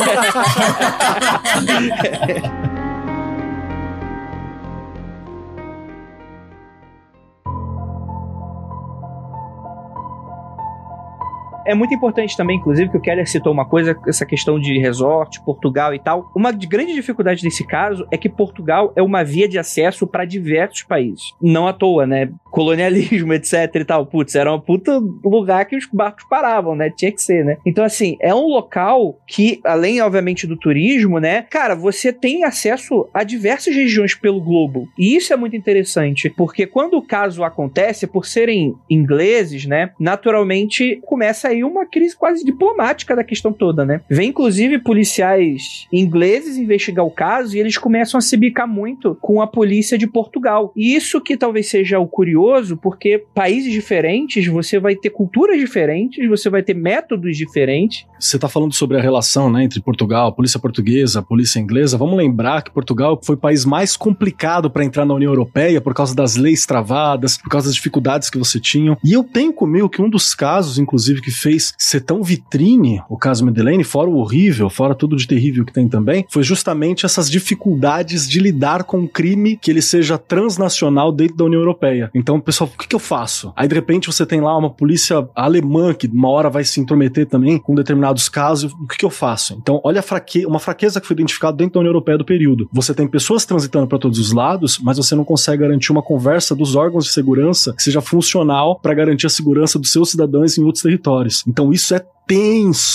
É muito importante também, inclusive, que o Keller citou uma coisa, essa questão de resort, Portugal e tal. Uma grande dificuldade nesse caso é que Portugal é uma via de acesso para diversos países. Não à toa, né? Colonialismo, etc e tal. Putz, era um puta lugar que os barcos paravam, né? Tinha que ser, né? Então, assim, é um local que, além, obviamente, do turismo, né? Cara, você tem acesso a diversas regiões pelo globo. E isso é muito interessante, porque quando o caso acontece, por serem ingleses, né? Naturalmente, começa a uma crise quase diplomática da questão toda, né? Vem, inclusive, policiais ingleses investigar o caso e eles começam a se bicar muito com a polícia de Portugal. E isso que talvez seja o curioso, porque países diferentes, você vai ter culturas diferentes, você vai ter métodos diferentes. Você tá falando sobre a relação, né, entre Portugal, a polícia portuguesa, a polícia inglesa. Vamos lembrar que Portugal foi o país mais complicado para entrar na União Europeia por causa das leis travadas, por causa das dificuldades que você tinha. E eu tenho comigo que um dos casos, inclusive, que fez ser tão vitrine o caso Madeleine, fora o horrível, fora tudo de terrível que tem também, foi justamente essas dificuldades de lidar com um crime que ele seja transnacional dentro da União Europeia. Então, pessoal, o que, que eu faço? Aí, de repente, você tem lá uma polícia alemã que uma hora vai se intrometer também com determinados casos. O que, que eu faço? Então, olha a fraque- uma fraqueza que foi identificada dentro da União Europeia do período. Você tem pessoas transitando para todos os lados, mas você não consegue garantir uma conversa dos órgãos de segurança que seja funcional para garantir a segurança dos seus cidadãos em outros territórios. Então isso é tenso.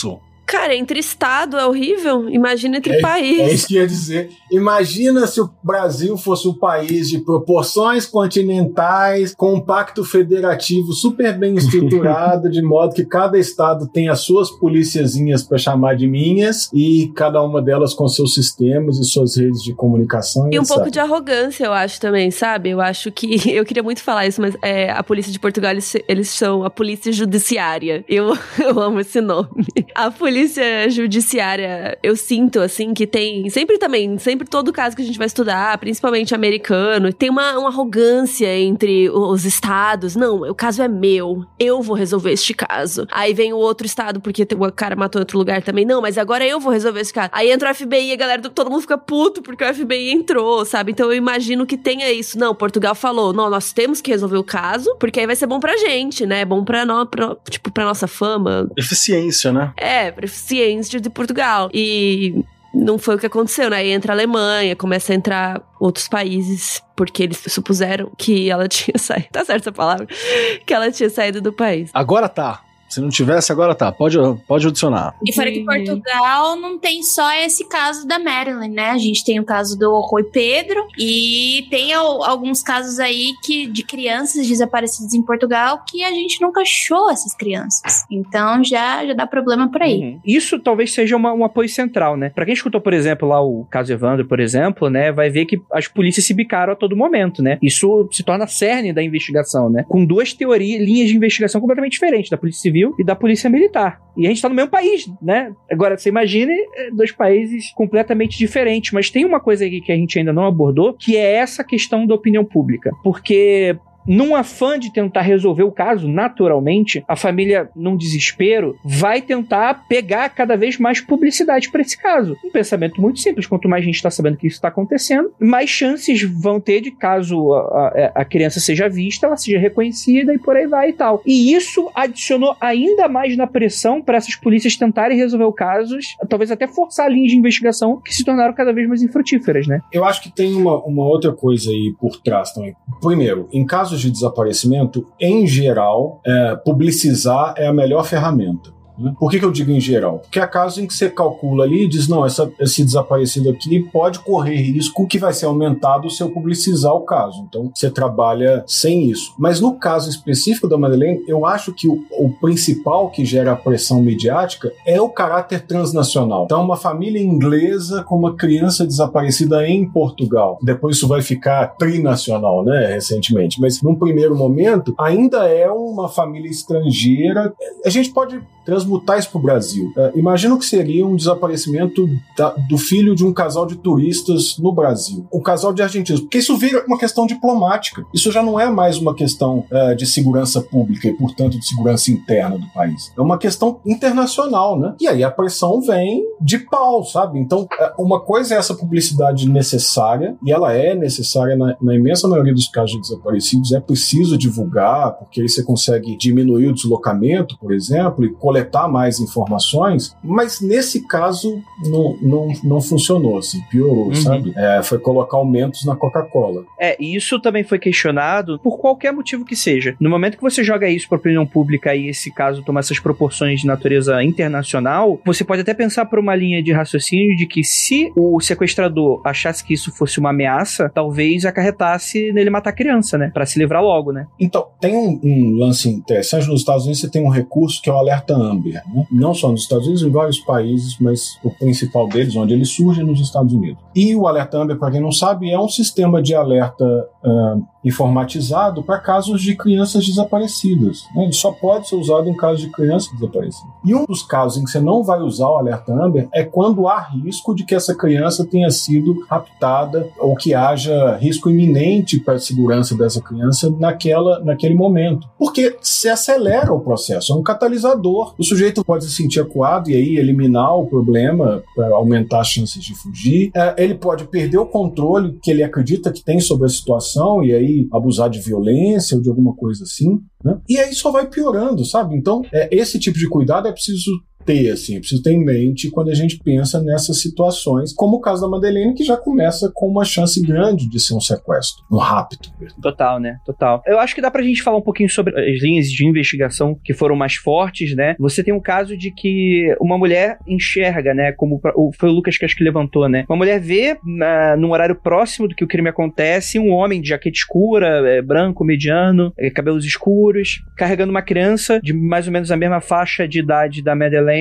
Cara, entre estado é horrível, imagina entre é, país. É isso que eu ia dizer. Imagina se o Brasil fosse um país de proporções continentais, com um pacto federativo super bem estruturado, de modo que cada estado tem as suas policiazinhas para chamar de minhas, e cada uma delas com seus sistemas e suas redes de comunicação. E um etcétera. pouco de arrogância, eu acho também, sabe? Eu acho que, eu queria muito falar isso, mas é, a polícia de Portugal, eles, eles são a polícia judiciária. Eu, eu amo esse nome. A polícia judiciária, eu sinto, assim, que tem, sempre também, sempre todo caso que a gente vai estudar, principalmente americano, tem uma, uma arrogância entre os estados. Não, o caso é meu, eu vou resolver este caso. Aí vem o outro estado, porque o cara matou em outro lugar também. Não, mas agora eu vou resolver esse caso. Aí entra o F B I e a galera, todo mundo fica puto porque o F B I entrou, sabe? Então eu imagino que tenha isso. Não, Portugal falou, não, nós temos que resolver o caso, porque aí vai ser bom pra gente, né? Bom pra, no, pra, tipo, pra nossa fama. Eficiência, né? É, pra eficiência de Portugal. E não foi o que aconteceu, né? Aí entra a Alemanha, começa a entrar outros países, porque eles supuseram que ela tinha saído. Tá certa essa palavra? Que ela tinha saído do país. Agora tá. Se não tivesse, agora tá. Pode, pode adicionar. E fora que Portugal não tem só esse caso da Marilyn, né? A gente tem o caso do Rui Pedro e tem al- alguns casos aí que, de crianças desaparecidas em Portugal que a gente nunca achou essas crianças. Então já, já dá problema por aí. Uhum. Isso talvez seja uma, um apoio central, né? Pra quem escutou, por exemplo, lá o caso Evandro, por exemplo, né? Vai ver que as polícias se bicaram a todo momento, né? Isso se torna cerne da investigação, né? Com duas teorias, linhas de investigação completamente diferentes, da Polícia Civil e da Polícia Militar. E a gente tá no mesmo país, né? Agora, você imagine dois países completamente diferentes, mas tem uma coisa aqui que a gente ainda não abordou, que é essa questão da opinião pública. Porque num afã de tentar resolver o caso, naturalmente, a família, num desespero, vai tentar pegar cada vez mais publicidade para esse caso. Um pensamento muito simples. Quanto mais gente está sabendo que isso está acontecendo, mais chances vão ter de, caso a, a, a criança seja vista, ela seja reconhecida e por aí vai e tal. E isso adicionou ainda mais na pressão para essas polícias tentarem resolver o caso, talvez até forçar linhas de investigação que se tornaram cada vez mais infrutíferas, né? Eu acho que tem uma, uma outra coisa aí por trás também. Primeiro, em casos de desaparecimento, em geral, é, publicizar é a melhor ferramenta. Né? Por que, que eu digo em geral? Porque há casos em que você calcula ali e diz, não, essa, esse desaparecido aqui pode correr risco que vai ser aumentado se eu publicizar o caso. Então, você trabalha sem isso. Mas no caso específico da Madeleine, eu acho que o, o principal que gera a pressão midiática é o caráter transnacional. Então, uma família inglesa com uma criança desaparecida em Portugal. Depois isso vai ficar trinacional, né, recentemente. Mas, num primeiro momento, ainda é uma família estrangeira. A gente pode transmutar isso para o Brasil. Uh, imagina o que seria um desaparecimento da, do filho de um casal de turistas no Brasil. Um casal de argentinos. Porque isso vira uma questão diplomática. Isso já não é mais uma questão uh, de segurança pública e, portanto, de segurança interna do país. É uma questão internacional, né? E aí a pressão vem de pau, sabe? Então, uh, uma coisa é essa publicidade necessária, e ela é necessária na, na imensa maioria dos casos de desaparecidos. É preciso divulgar, porque aí você consegue diminuir o deslocamento, por exemplo, e coletar mais informações, mas nesse caso não, não, não funcionou, assim, piorou, uhum. sabe? É, foi colocar aumentos na Coca-Cola. É, e isso também foi questionado por qualquer motivo que seja. No momento que você joga isso para a opinião pública e esse caso toma essas proporções de natureza internacional, você pode até pensar por uma linha de raciocínio de que se o sequestrador achasse que isso fosse uma ameaça, talvez acarretasse nele matar a criança, né? Para se livrar logo, né? Então, tem um, um lance interessante. Nos Estados Unidos você tem um recurso que é o alerta Amber, né? Não só nos Estados Unidos, em vários países, mas o principal deles, onde ele surge, é nos Estados Unidos. E o alerta Amber, para quem não sabe, é um sistema de alerta uh, informatizado para casos de crianças desaparecidas. Né? Ele só pode ser usado em casos de crianças desaparecidas. E um dos casos em que você não vai usar o alerta Amber é quando há risco de que essa criança tenha sido raptada ou que haja risco iminente para a segurança dessa criança naquela, naquele momento. Porque se acelera o processo, é um catalisador. O sujeito pode se sentir acuado e aí eliminar o problema para aumentar as chances de fugir. É, ele pode perder o controle que ele acredita que tem sobre a situação e aí abusar de violência ou de alguma coisa assim, né? E aí só vai piorando, sabe? Então, é, esse tipo de cuidado é preciso ter, assim, preciso ter em mente quando a gente pensa nessas situações, como o caso da Madeleine, que já começa com uma chance grande de ser um sequestro, um rapto. Total, né? Total. Eu acho que dá pra gente falar um pouquinho sobre as linhas de investigação que foram mais fortes, né? Você tem um caso de que uma mulher enxerga, né? Como foi o Lucas que acho que levantou, né? Uma mulher vê, na, num horário próximo do que o crime acontece, um homem de jaqueta escura, é, branco, mediano, é, cabelos escuros, carregando uma criança de mais ou menos a mesma faixa de idade da Madeleine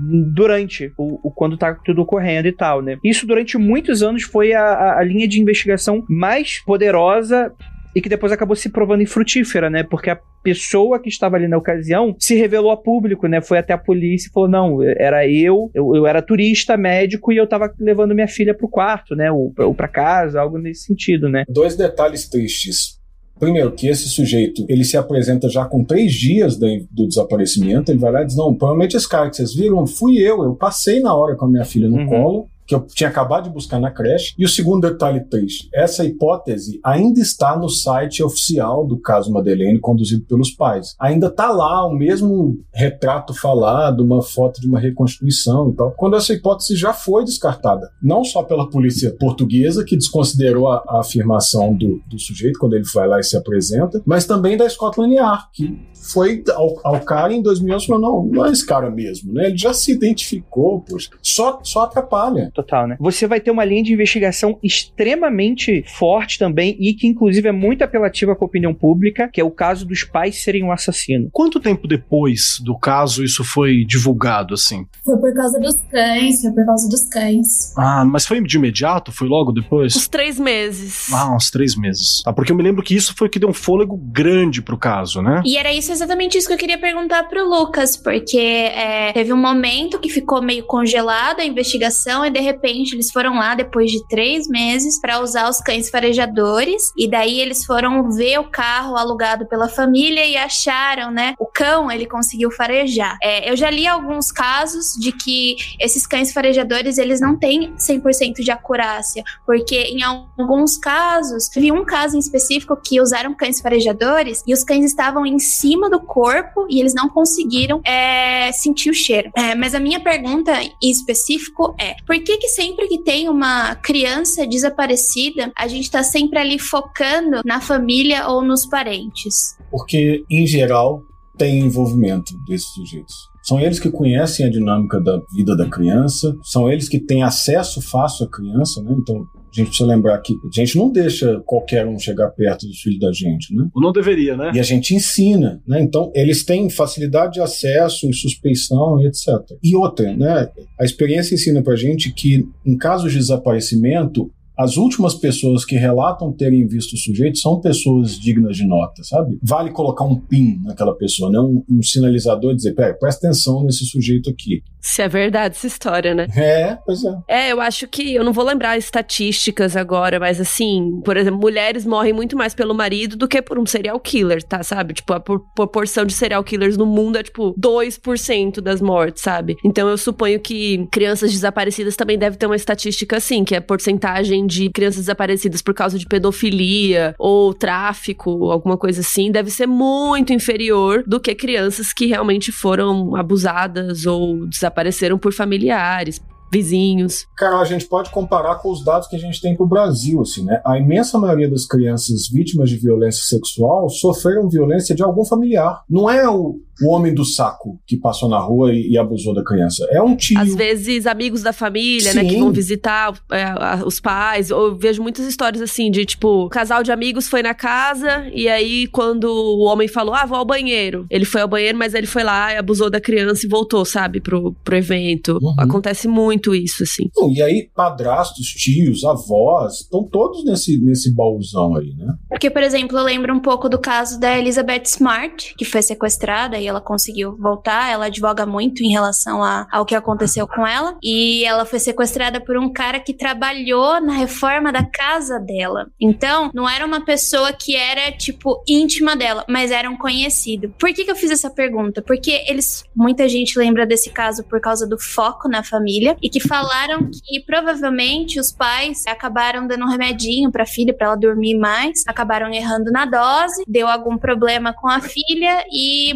durante o, o quando tá tudo ocorrendo e tal, né? Isso durante muitos anos foi a, a, a linha de investigação mais poderosa e que depois acabou se provando infrutífera, né? Porque a pessoa que estava ali na ocasião se revelou a público, né? Foi até a polícia e falou, não, era eu, eu, eu era turista, médico, e eu tava levando minha filha pro quarto, né? Ou, ou pra casa, algo nesse sentido, né? Dois detalhes tristes. Primeiro, que esse sujeito, ele se apresenta já com três dias do, do desaparecimento, ele vai lá e diz, não, provavelmente esse cara que vocês viram fui eu, eu passei na hora com a minha filha no Uhum. colo, que eu tinha acabado de buscar na creche. E o segundo detalhe triste, essa hipótese ainda está no site oficial do caso Madeleine, conduzido pelos pais. Ainda está lá o mesmo retrato falado, uma foto de uma reconstituição e tal, quando essa hipótese já foi descartada. Não só pela polícia portuguesa, que desconsiderou a, a afirmação do, do sujeito quando ele vai lá e se apresenta, mas também da Scotland Yard, que foi ao, ao cara em dois mil e onze e falou, não, não é esse cara mesmo, né? Ele já se identificou, poxa. Só, só atrapalha. Total, né? Você vai ter uma linha de investigação extremamente forte também e que inclusive é muito apelativa com a opinião pública, que é o caso dos pais serem um assassino. Quanto tempo depois do caso isso foi divulgado, assim? Foi por causa dos cães, foi por causa dos cães. Ah, mas foi de imediato? Foi logo depois? Uns três meses. Ah, uns três meses. Ah, porque eu me lembro que isso foi o que deu um fôlego grande pro caso, né? E era isso, exatamente isso que eu queria perguntar pro Lucas, porque é, teve um momento que ficou meio congelada a investigação e de repente eles foram lá depois de três meses pra usar os cães farejadores e daí eles foram ver o carro alugado pela família e acharam, né, o cão ele conseguiu farejar. É, eu já li alguns casos de que esses cães farejadores eles não têm cem por cento de acurácia, porque em alguns casos, vi um caso em específico que usaram cães farejadores e os cães estavam em cima do corpo e eles não conseguiram é, sentir o cheiro. É, mas a minha pergunta em específico é, por que que sempre que tem uma criança desaparecida, a gente tá sempre ali focando na família ou nos parentes? Porque, em geral, tem envolvimento desses sujeitos. São eles que conhecem a dinâmica da vida da criança, são eles que têm acesso fácil à criança, né? Então, a gente precisa lembrar que a gente não deixa qualquer um chegar perto dos filhos da gente, né? Ou não deveria, né? E a gente ensina, né? Então, eles têm facilidade de acesso e suspeição e etcétera. E outra, né? A experiência ensina pra gente que, em casos de desaparecimento, as últimas pessoas que relatam terem visto o sujeito são pessoas dignas de nota, sabe? Vale colocar um pin naquela pessoa, né? Um, um sinalizador e dizer, pera, presta atenção nesse sujeito aqui. Se é verdade essa história, né? É, pois é. É, eu acho que, eu não vou lembrar estatísticas agora, mas assim, por exemplo, mulheres morrem muito mais pelo marido do que por um serial killer, tá, sabe? Tipo, a proporção de serial killers no mundo é, tipo, dois por cento das mortes, sabe? Então eu suponho que crianças desaparecidas também devem ter uma estatística assim, que é a porcentagem de crianças desaparecidas por causa de pedofilia ou tráfico, alguma coisa assim, deve ser muito inferior do que crianças que realmente foram abusadas ou desapareceram por familiares, vizinhos. Cara, a gente pode comparar com os dados que a gente tem pro Brasil, assim, né? A imensa maioria das crianças vítimas de violência sexual sofreram violência de algum familiar. Não é o, o homem do saco que passou na rua e, e abusou da criança. É um tio. Às vezes, amigos da família, Sim. né, que vão visitar é, a, os pais. Eu vejo muitas histórias assim, de tipo, um casal de amigos foi na casa e aí quando o homem falou, ah, vou ao banheiro. Ele foi ao banheiro, mas ele foi lá e abusou da criança e voltou, sabe, pro, pro evento. Uhum. Acontece muito isso, assim. Bom, e aí, padrastos, tios, avós, estão todos nesse, nesse baúzão aí, né? Porque, por exemplo, eu lembro um pouco do caso da Elizabeth Smart, que foi sequestrada e ela conseguiu voltar. Ela advoga muito em relação a, ao que aconteceu com ela. E ela foi sequestrada por um cara que trabalhou na reforma da casa dela. Então, não era uma pessoa que era, tipo, íntima dela, mas era um conhecido. Por que que eu fiz essa pergunta? Porque eles, muita gente lembra desse caso por causa do foco na família e que falaram que provavelmente os pais acabaram dando um remedinho pra filha, pra ela dormir mais, acabaram errando na dose, deu algum problema com a filha e mantiveram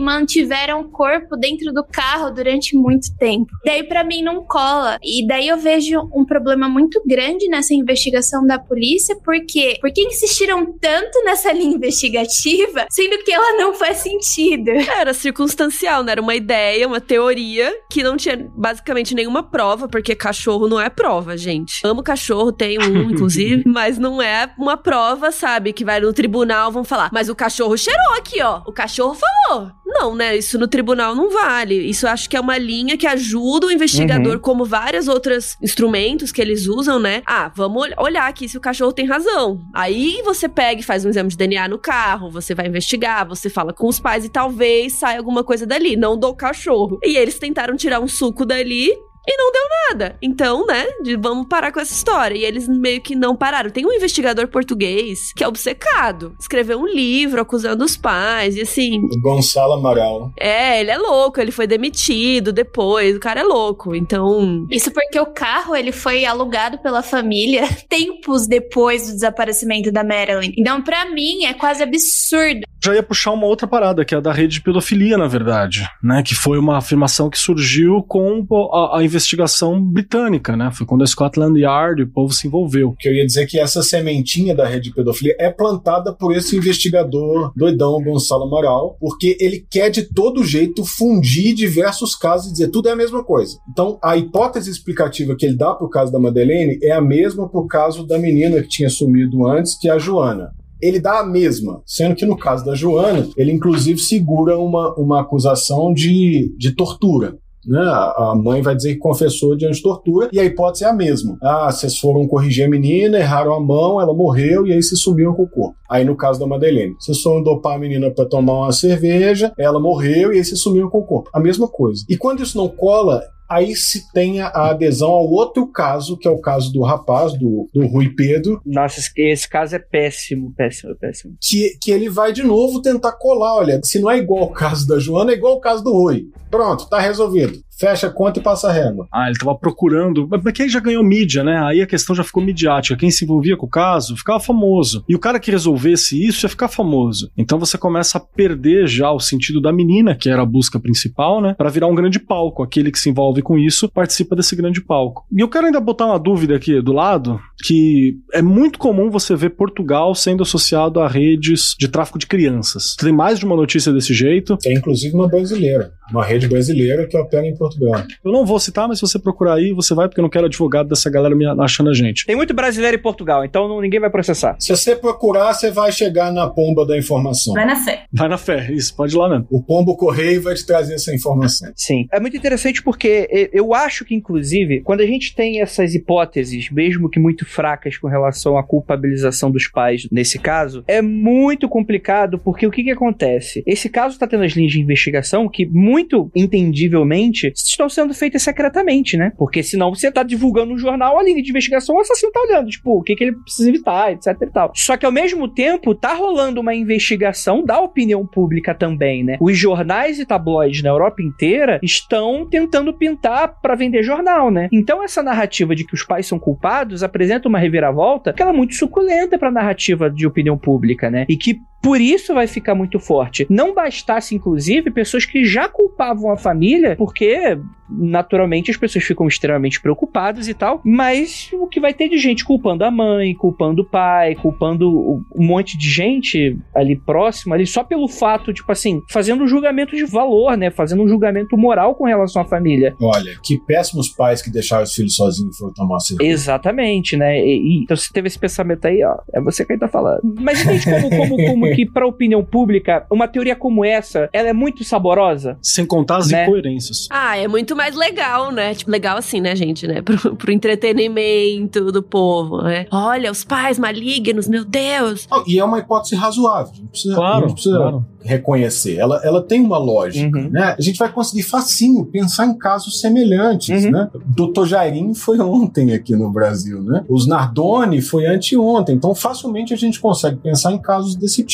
mantiveram o corpo dentro do carro durante muito tempo. Daí pra mim não cola. E daí eu vejo um problema muito grande nessa investigação da polícia, porque por que insistiram tanto nessa linha investigativa, sendo que ela não faz sentido? Era circunstancial, né? Era uma ideia, uma teoria que não tinha basicamente nenhuma prova, porque cachorro não é prova, gente. Amo cachorro, tenho um, inclusive, mas não é uma prova, sabe? Que vai no tribunal, vão falar, mas o cachorro cheirou aqui, ó. O cachorro falou. Não, né? Isso no tribunal não vale. Isso eu acho que é uma linha que ajuda o investigador, uhum. como vários outros instrumentos que eles usam, né? Ah, vamos olhar aqui se o cachorro tem razão. Aí você pega e faz um exame de D N A no carro, você vai investigar, você fala com os pais e talvez saia alguma coisa dali, não do cachorro. E eles tentaram tirar um suco dali e não deu nada. Então, né, de, vamos parar com essa história. E eles meio que não pararam. Tem um investigador português que é obcecado. Escreveu um livro acusando os pais e assim... O Gonçalo Amaral. É, ele é louco. Ele foi demitido depois. O cara é louco. Então... Isso porque o carro, ele foi alugado pela família tempos depois do desaparecimento da Marilyn. Então, pra mim, é quase absurdo. Já ia puxar uma outra parada, que é a da rede de pedofilia, na verdade, né? Que foi uma afirmação que surgiu com a, a investigação britânica, né? Foi quando a Scotland Yard e o povo se envolveu. Que eu ia dizer que essa sementinha da rede de pedofilia é plantada por esse investigador doidão Gonçalo Amaral, porque ele quer de todo jeito fundir diversos casos e dizer tudo é a mesma coisa. Então, a hipótese explicativa que ele dá pro caso da Madeleine é a mesma pro caso da menina que tinha sumido antes, que é a Joana. Ele dá a mesma, sendo que no caso da Joana, ele inclusive segura uma, uma acusação de, de tortura. Né? A mãe vai dizer que confessou diante de tortura e a hipótese é a mesma. Ah, vocês foram corrigir a menina, erraram a mão, ela morreu e aí se sumiram com o corpo. Aí no caso da Madeleine, vocês foram dopar a menina para tomar uma cerveja, ela morreu e aí se sumiram com o corpo. A mesma coisa. E quando isso não cola, aí se tem a adesão ao outro caso, que é o caso do rapaz, do, do Rui Pedro. Nossa, esse caso é péssimo, péssimo, péssimo. Que, que ele vai de novo tentar colar, olha, se não é igual o caso da Joana, é igual o caso do Rui. Pronto, tá resolvido. Fecha a conta e passa a régua. Ah, ele tava procurando... Mas quem já ganhou mídia, né? Aí a questão já ficou midiática. Quem se envolvia com o caso ficava famoso. E o cara que resolvesse isso ia ficar famoso. Então você começa a perder já o sentido da menina, que era a busca principal, né? Pra virar um grande palco. Aquele que se envolve com isso participa desse grande palco. E eu quero ainda botar uma dúvida aqui do lado, que é muito comum você ver Portugal sendo associado a redes de tráfico de crianças. Tem mais de uma notícia desse jeito. Tem inclusive uma brasileira. Uma rede brasileira que opera em Portugal. Eu não vou citar, mas se você procurar aí, você vai, porque eu não quero advogado dessa galera me achando a gente. Tem muito brasileiro em Portugal, então não, ninguém vai processar. Se você procurar, você vai chegar na pomba da informação. Vai na fé. Vai na fé, isso, pode ir lá mesmo. O pombo correio vai te trazer essa informação. Sim. É muito interessante porque eu acho que, inclusive, quando a gente tem essas hipóteses, mesmo que muito fracas com relação à culpabilização dos pais nesse caso, é muito complicado porque o que que acontece? Esse caso está tendo as linhas de investigação que, muito entendivelmente, estão sendo feitas secretamente, né? Porque senão você tá divulgando no jornal a linha de investigação, o assassino tá olhando, tipo, o que que ele precisa evitar, etc e tal. Só que ao mesmo tempo, tá rolando uma investigação da opinião pública também, né? Os jornais e tabloides na Europa inteira estão tentando pintar pra vender jornal, né? Então essa narrativa de que os pais são culpados apresenta uma reviravolta que ela é muito suculenta pra narrativa de opinião pública, né? E que por isso vai ficar muito forte. Não bastasse, inclusive, pessoas que já culpavam a família, porque naturalmente as pessoas ficam extremamente preocupadas e tal, mas o que vai ter de gente culpando a mãe, culpando o pai, culpando um monte de gente ali próximo, ali só pelo fato, tipo assim, fazendo um julgamento de valor, né? Fazendo um julgamento moral com relação à família. Olha, que péssimos pais que deixaram os filhos sozinhos e foram tomar cerveja. Exatamente, né? E, e, então você teve esse pensamento aí, ó, é você quem tá falando. Mas entende como, como, como que pra opinião pública, uma teoria como essa, ela é muito saborosa? Sem contar as né? incoerências. Ah, é muito mais legal, né? Tipo, legal assim, né, gente, né? Pro, pro entretenimento do povo, né? Olha, os pais malignos, meu Deus! Oh, e é uma hipótese razoável. Não precisa, claro, não precisa claro. reconhecer. Ela, ela tem uma lógica, uhum. né? A gente vai conseguir facinho pensar em casos semelhantes, uhum. né? doutor Jairinho foi ontem aqui no Brasil, né? Os Nardoni foi anteontem. Então, facilmente a gente consegue pensar em casos desse tipo.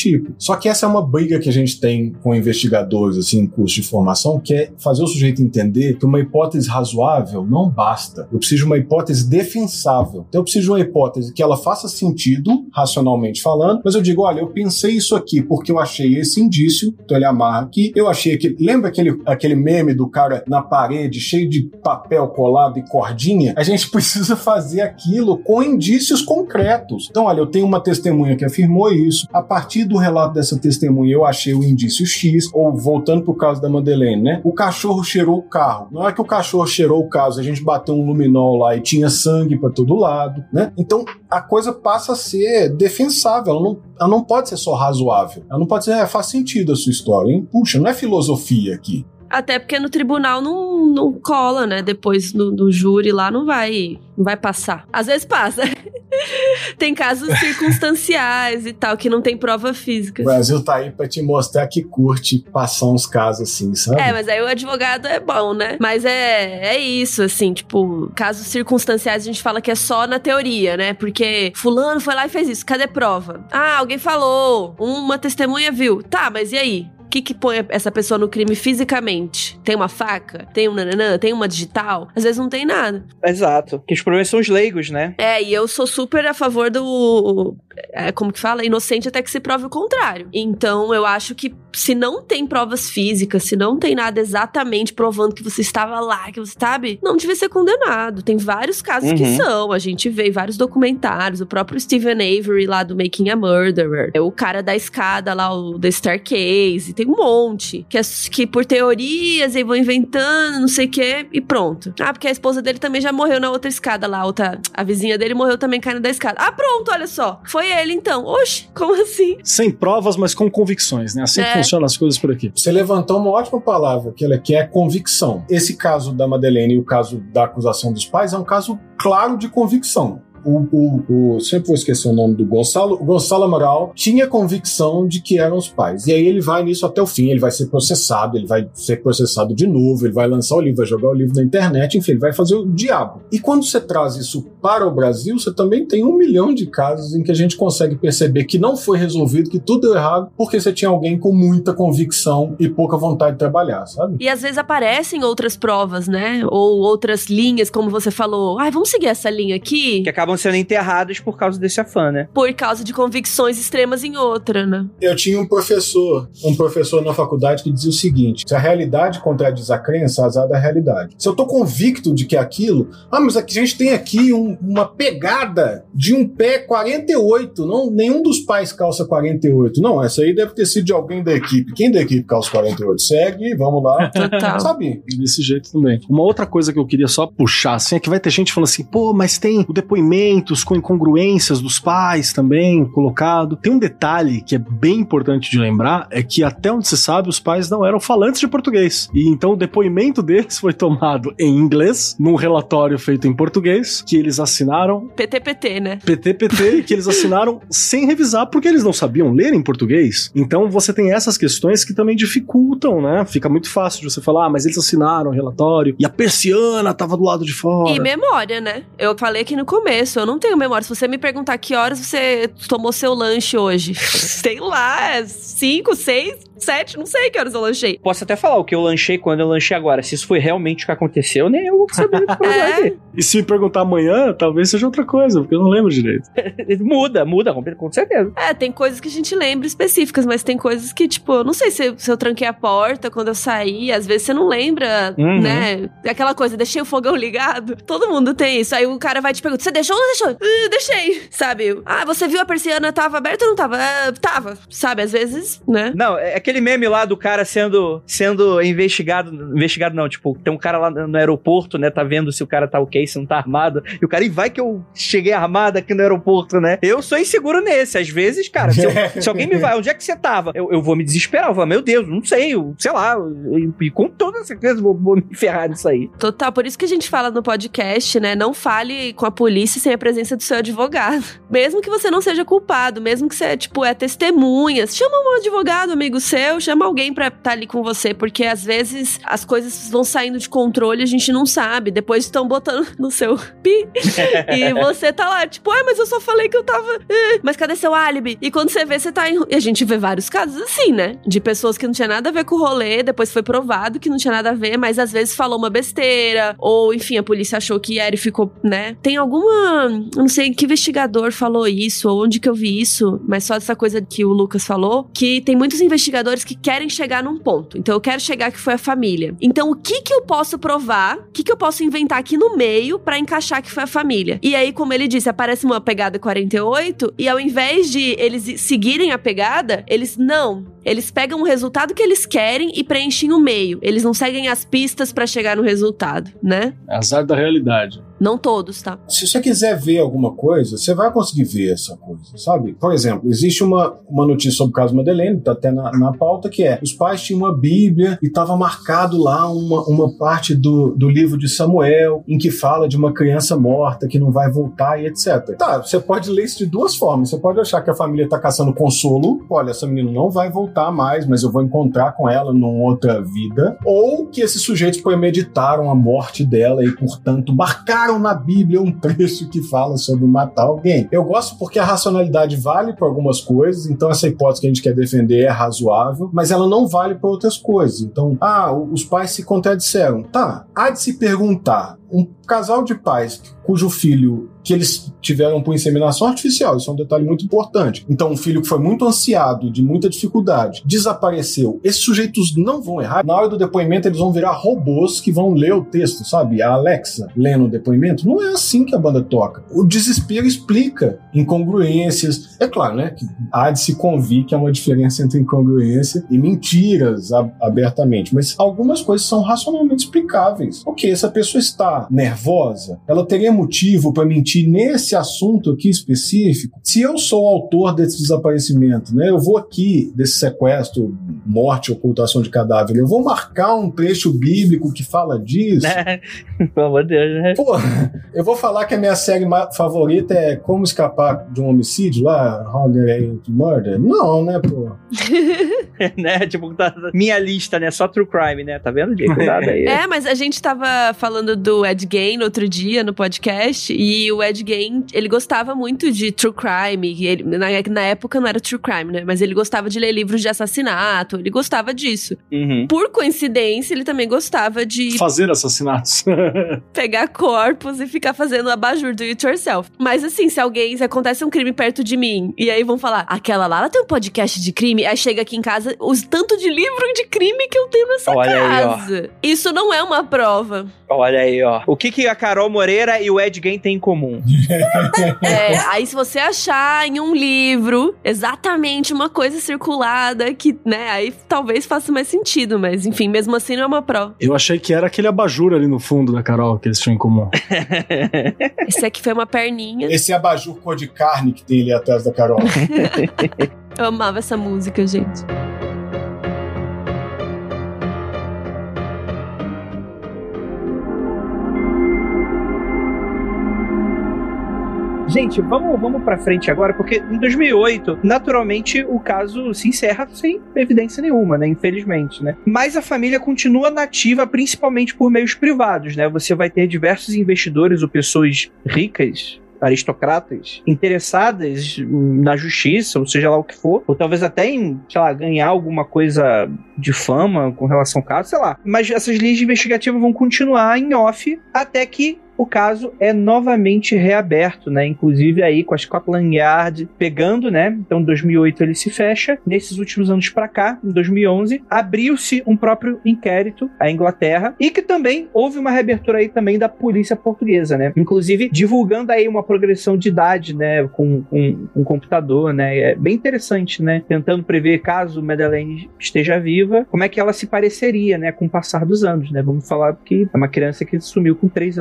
tipo. Só que essa é uma briga que a gente tem com investigadores, assim, em curso de formação, que é fazer o sujeito entender que uma hipótese razoável não basta. Eu preciso de uma hipótese defensável. Então eu preciso de uma hipótese que ela faça sentido, racionalmente falando, mas eu digo, olha, eu pensei isso aqui porque eu achei esse indício, então ele amarra aqui, eu achei aquele... Lembra aquele, aquele meme do cara na parede, cheio de papel colado e cordinha? A gente precisa fazer aquilo com indícios concretos. Então, olha, eu tenho uma testemunha que afirmou isso, a partir do relato dessa testemunha eu achei o indício X, ou voltando pro caso da Madeleine, né? O cachorro cheirou o carro. Na hora que o cachorro cheirou o carro, a gente bateu um luminol lá e tinha sangue pra todo lado, né? Então, a coisa passa a ser defensável, ela não, ela não pode ser só razoável. Ela não pode ser, é, faz sentido a sua história, hein? Puxa, não é filosofia aqui. Até porque no tribunal não, não cola, né? Depois no, no júri lá não vai, não vai passar. Às vezes passa. Tem casos circunstanciais e tal, que não tem prova física. O Brasil tá aí pra te mostrar que curte passar uns casos assim, sabe? É, mas aí o advogado é bom, né? Mas é, é isso, assim, tipo, casos circunstanciais a gente fala que é só na teoria, né? Porque fulano foi lá e fez isso, cadê prova? Ah, alguém falou, uma testemunha viu. Tá, mas e aí? O que que põe essa pessoa no crime fisicamente? Tem uma faca? Tem um nananã? Tem uma digital? Às vezes não tem nada. Exato. Que os problemas são os leigos, né? É, e eu sou super a favor do... É, como que fala? Inocente até que se prove o contrário. Então, eu acho que se não tem provas físicas, se não tem nada exatamente provando que você estava lá, que você sabe, não devia ser condenado. Tem vários casos uhum. que são. A gente vê em vários documentários. O próprio Stephen Avery lá do Making a Murderer. É o cara da escada lá, o The Staircase. Tem um monte. Que, é, que por teorias, aí vão inventando, não sei o quê, e pronto. Ah, porque a esposa dele também já morreu na outra escada lá. Outra, a vizinha dele morreu também caindo da escada. Ah, pronto, olha só. Foi ele, então. Oxe, como assim? Sem provas, mas com convicções, né? Assim é. que funcionam as coisas por aqui. Você levantou uma ótima palavra, que, ela, que é convicção. Esse caso da Madeleine e o caso da acusação dos pais é um caso claro de convicção. O, o, o, sempre vou esquecer o nome do Gonçalo. O Gonçalo Amaral tinha convicção de que eram os pais. E aí ele vai nisso até o fim. Ele vai ser processado, ele vai ser processado de novo, ele vai lançar o livro, vai jogar o livro na internet, enfim, ele vai fazer o diabo. E quando você traz isso para o Brasil, você também tem um milhão de casos em que a gente consegue perceber que não foi resolvido, que tudo deu errado, porque você tinha alguém com muita convicção e pouca vontade de trabalhar, sabe? E às vezes aparecem outras provas, né? Ou outras linhas, como você falou. Ai, vamos seguir essa linha aqui? Que acabam sendo enterrados por causa desse afã, né? Por causa de convicções extremas em outra, né? Eu tinha um professor, um professor na faculdade que dizia o seguinte: se a realidade contradiz a crença, azar da realidade. Se eu tô convicto de que é aquilo, ah, mas aqui, a gente tem aqui um, uma pegada de um pé quarenta e oito, não, nenhum dos pais calça quarenta e oito. Não, essa aí deve ter sido de alguém da equipe. Quem da equipe calça quarenta e oito? Segue, vamos lá. Total. Sabe? Desse jeito também. Uma outra coisa que eu queria só puxar, assim, é que vai ter gente falando assim, pô, mas tem o depoimento com incongruências dos pais também colocado. Tem um detalhe que é bem importante de lembrar, é que até onde se sabe, os pais não eram falantes de português. E então o depoimento deles foi tomado em inglês, num relatório feito em português, que eles assinaram... P T P T, né? P T P T, que eles assinaram sem revisar, porque eles não sabiam ler em português. Então você tem essas questões que também dificultam, né? Fica muito fácil de você falar, ah, mas eles assinaram o relatório, e a persiana tava do lado de fora. E memória, né? Eu falei aqui no começo, eu não tenho memória. Se você me perguntar que horas você tomou seu lanche hoje, sei lá, cinco, seis, sete, não sei que horas eu lanchei. Posso até falar o que eu lanchei quando eu lanchei agora. Se isso foi realmente o que aconteceu, nem eu vou saber. É. E se me perguntar amanhã, talvez seja outra coisa, porque eu não lembro direito. muda, muda, com certeza. É, tem coisas que a gente lembra específicas, mas tem coisas que, tipo, eu não sei se, se eu tranquei a porta quando eu saí, às vezes você não lembra, uhum. né? Aquela coisa, deixei o fogão ligado. Todo mundo tem isso. Aí o cara vai te perguntar, você deixou ou não deixou? Uh, deixei, sabe? Ah, você viu a persiana, tava aberta ou não tava? Uh, tava, sabe? Às vezes, né? Não, é aquele meme lá do cara sendo, sendo investigado, investigado não, tipo, tem um cara lá no aeroporto, né, tá vendo se o cara tá ok, se não tá armado, e o cara, e vai que eu cheguei armado aqui no aeroporto, né? Eu sou inseguro nesse, às vezes, cara, se, eu, se alguém me vai, onde é que você tava? Eu, eu vou me desesperar, eu vou, meu Deus, não sei, eu, sei lá, e, e com toda certeza vou, vou me ferrar nisso aí. Total, por isso que a gente fala no podcast, né, não fale com a polícia sem a presença do seu advogado. Mesmo que você não seja culpado, mesmo que você, tipo, é testemunha, chama um advogado, amigo seu, você ou chama alguém pra estar ali com você, porque às vezes as coisas vão saindo de controle e a gente não sabe. Depois estão botando no seu pi e você tá lá, tipo, ah, mas eu só falei que eu tava... Eh, mas cadê seu álibi? E quando você vê, você tá em... E a gente vê vários casos assim, né? De pessoas que não tinha nada a ver com o rolê, depois foi provado que não tinha nada a ver, mas às vezes falou uma besteira, ou enfim, a polícia achou que era e ficou, né? Tem alguma... Eu não sei que investigador falou isso, ou onde que eu vi isso, mas só essa coisa que o Lucas falou, que tem muitos investigadores que querem chegar num ponto. Então eu quero chegar que foi a família. Então o que que eu posso provar? O que que eu posso inventar aqui no meio pra encaixar que foi a família? E aí, como ele disse, aparece uma pegada quarenta e oito e ao invés de eles seguirem a pegada, eles não. Eles pegam o resultado que eles querem e preenchem o meio. Eles não seguem as pistas pra chegar no resultado, né? Azar da realidade. Não todos, tá? Se você quiser ver alguma coisa, você vai conseguir ver essa coisa, sabe? Por exemplo, existe uma, uma notícia sobre o caso Madeleine, tá até na, na pauta, que é: os pais tinham uma Bíblia e estava marcado lá uma, uma parte do, do livro de Samuel em que fala de uma criança morta que não vai voltar e etcétera. Tá, você pode ler isso de duas formas. Você pode achar que a família tá caçando consolo. Olha, essa menina não vai voltar mais, mas eu vou encontrar com ela numa outra vida. Ou que esses sujeitos premeditaram a morte dela e, portanto, marcaram na Bíblia um trecho que fala sobre matar alguém. Eu gosto porque a racionalidade vale para algumas coisas, então essa hipótese que a gente quer defender é razoável, mas ela não vale para outras coisas. Então, ah, os pais se contradisseram. Tá, há de se perguntar, um casal de pais cujo filho que eles tiveram por inseminação artificial, isso é um detalhe muito importante. Então, um filho que foi muito ansiado, de muita dificuldade, desapareceu. Esses sujeitos não vão errar. Na hora do depoimento, eles vão virar robôs que vão ler o texto, sabe? A Alexa lendo o depoimento. Não é assim que a banda toca. O desespero explica incongruências. É claro, né? Que há de se convir que há uma diferença entre incongruência e mentiras ab- abertamente. Mas algumas coisas são racionalmente explicáveis. Ok, essa pessoa está nervosa, ela teria motivo para mentir nesse assunto aqui específico. Se eu sou o autor desse desaparecimento, né, eu vou aqui, desse sequestro, morte, ocultação de cadáver, eu vou marcar um trecho bíblico que fala disso. Né? Pelo amor de Deus, né? Pô, eu vou falar que a minha série favorita é Como Escapar de um Homicídio, lá, How to Get Murder? Não, né, pô? Né? Tipo, tá, minha lista, né? Só True Crime, né? Tá vendo? Cuidado aí. É, mas a gente tava falando do Ed Gein outro dia no podcast, e o Ed Gein, ele gostava muito de True Crime, e ele, na, na época não era True Crime, né? Mas ele gostava de ler livros de assassinato, ele gostava disso. Uhum. Por coincidência, ele também gostava de... fazer assassinatos. pegar corpos e ficar fazendo abajur do it yourself. Mas assim, se alguém, se acontece um crime perto de mim, e aí vão falar, aquela lá, ela tem um podcast de crime, aí chega aqui em casa, os tanto de livro de crime que eu tenho nessa Olha casa. aí, isso não é uma prova. Olha aí, ó. O que que a Carol Moreira e o Ed Gein têm em comum? É, aí se você achar em um livro exatamente uma coisa circulada que, né, aí talvez faça mais sentido, mas enfim, mesmo assim não é uma prova. Eu achei que era aquele abajur ali no fundo da Carol que eles tinham em comum. Esse aqui foi uma perninha. Esse abajur cor de carne que tem ali atrás da Carol. Eu amava essa música, gente. Gente, vamos, vamos pra frente agora, porque em dois mil e oito, naturalmente, o caso se encerra sem evidência nenhuma, né? Infelizmente, né? Mas a família continua nativa, principalmente por meios privados, né? Você vai ter diversos investidores ou pessoas ricas, aristocratas, interessadas na justiça, ou seja lá o que for, ou talvez até em, sei lá, ganhar alguma coisa de fama com relação ao caso, sei lá. Mas essas linhas investigativas vão continuar em off até que o caso é novamente reaberto, né? Inclusive aí com a Scotland Yard pegando, né? Então, em dois mil e oito ele se fecha. Nesses últimos anos pra cá, em dois mil e onze, abriu-se um próprio inquérito à Inglaterra e que também houve uma reabertura aí também da polícia portuguesa, né? Inclusive divulgando aí uma progressão de idade, né? Com, com, com um computador, né? É bem interessante, né? Tentando prever, caso Madeleine esteja viva, como é que ela se pareceria, né? Com o passar dos anos, né? Vamos falar que é uma criança que sumiu com três anos de idade.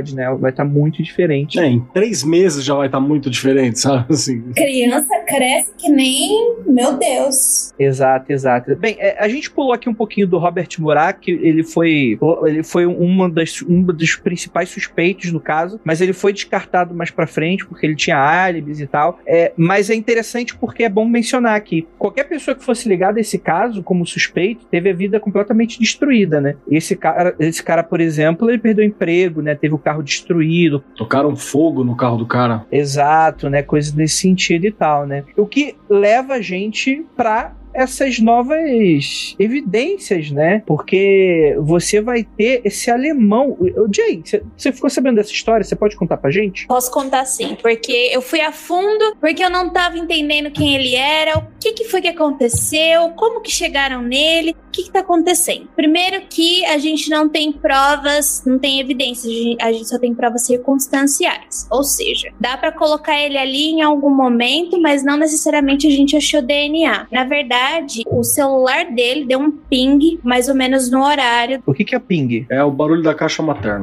idade, né? Ela vai estar muito diferente. É, em três meses já vai estar muito diferente, sabe? Assim. Criança cresce que nem... Meu Deus. Exato, exato. Bem, é, a gente pulou aqui um pouquinho do Robert Murak, que ele foi, ele foi uma das, um dos principais suspeitos no caso, mas ele foi descartado mais pra frente, porque ele tinha álibis e tal. É, mas é interessante porque é bom mencionar que qualquer pessoa que fosse ligada a esse caso como suspeito teve a vida completamente destruída, né? Esse cara, esse cara, por exemplo, ele perdeu o emprego, né? Teve o carro destruído. Tocaram fogo no carro do cara. Exato, né? Coisas nesse sentido e tal, né? O que leva a gente pra essas novas evidências, né? Porque você vai ter esse alemão. Jay, você ficou sabendo dessa história? Você pode contar pra gente? Posso contar sim, porque eu fui a fundo, porque eu não tava entendendo quem ele era, o que que foi que aconteceu, como que chegaram nele, o que que tá acontecendo. Primeiro que a gente não tem provas, não tem evidências, a gente só tem provas circunstanciais. Ou seja, dá pra colocar ele ali em algum momento, mas não necessariamente a gente achou D N A. Na verdade, o celular dele deu um ping, mais ou menos no horário. O que que é ping? É o barulho da caixa materna.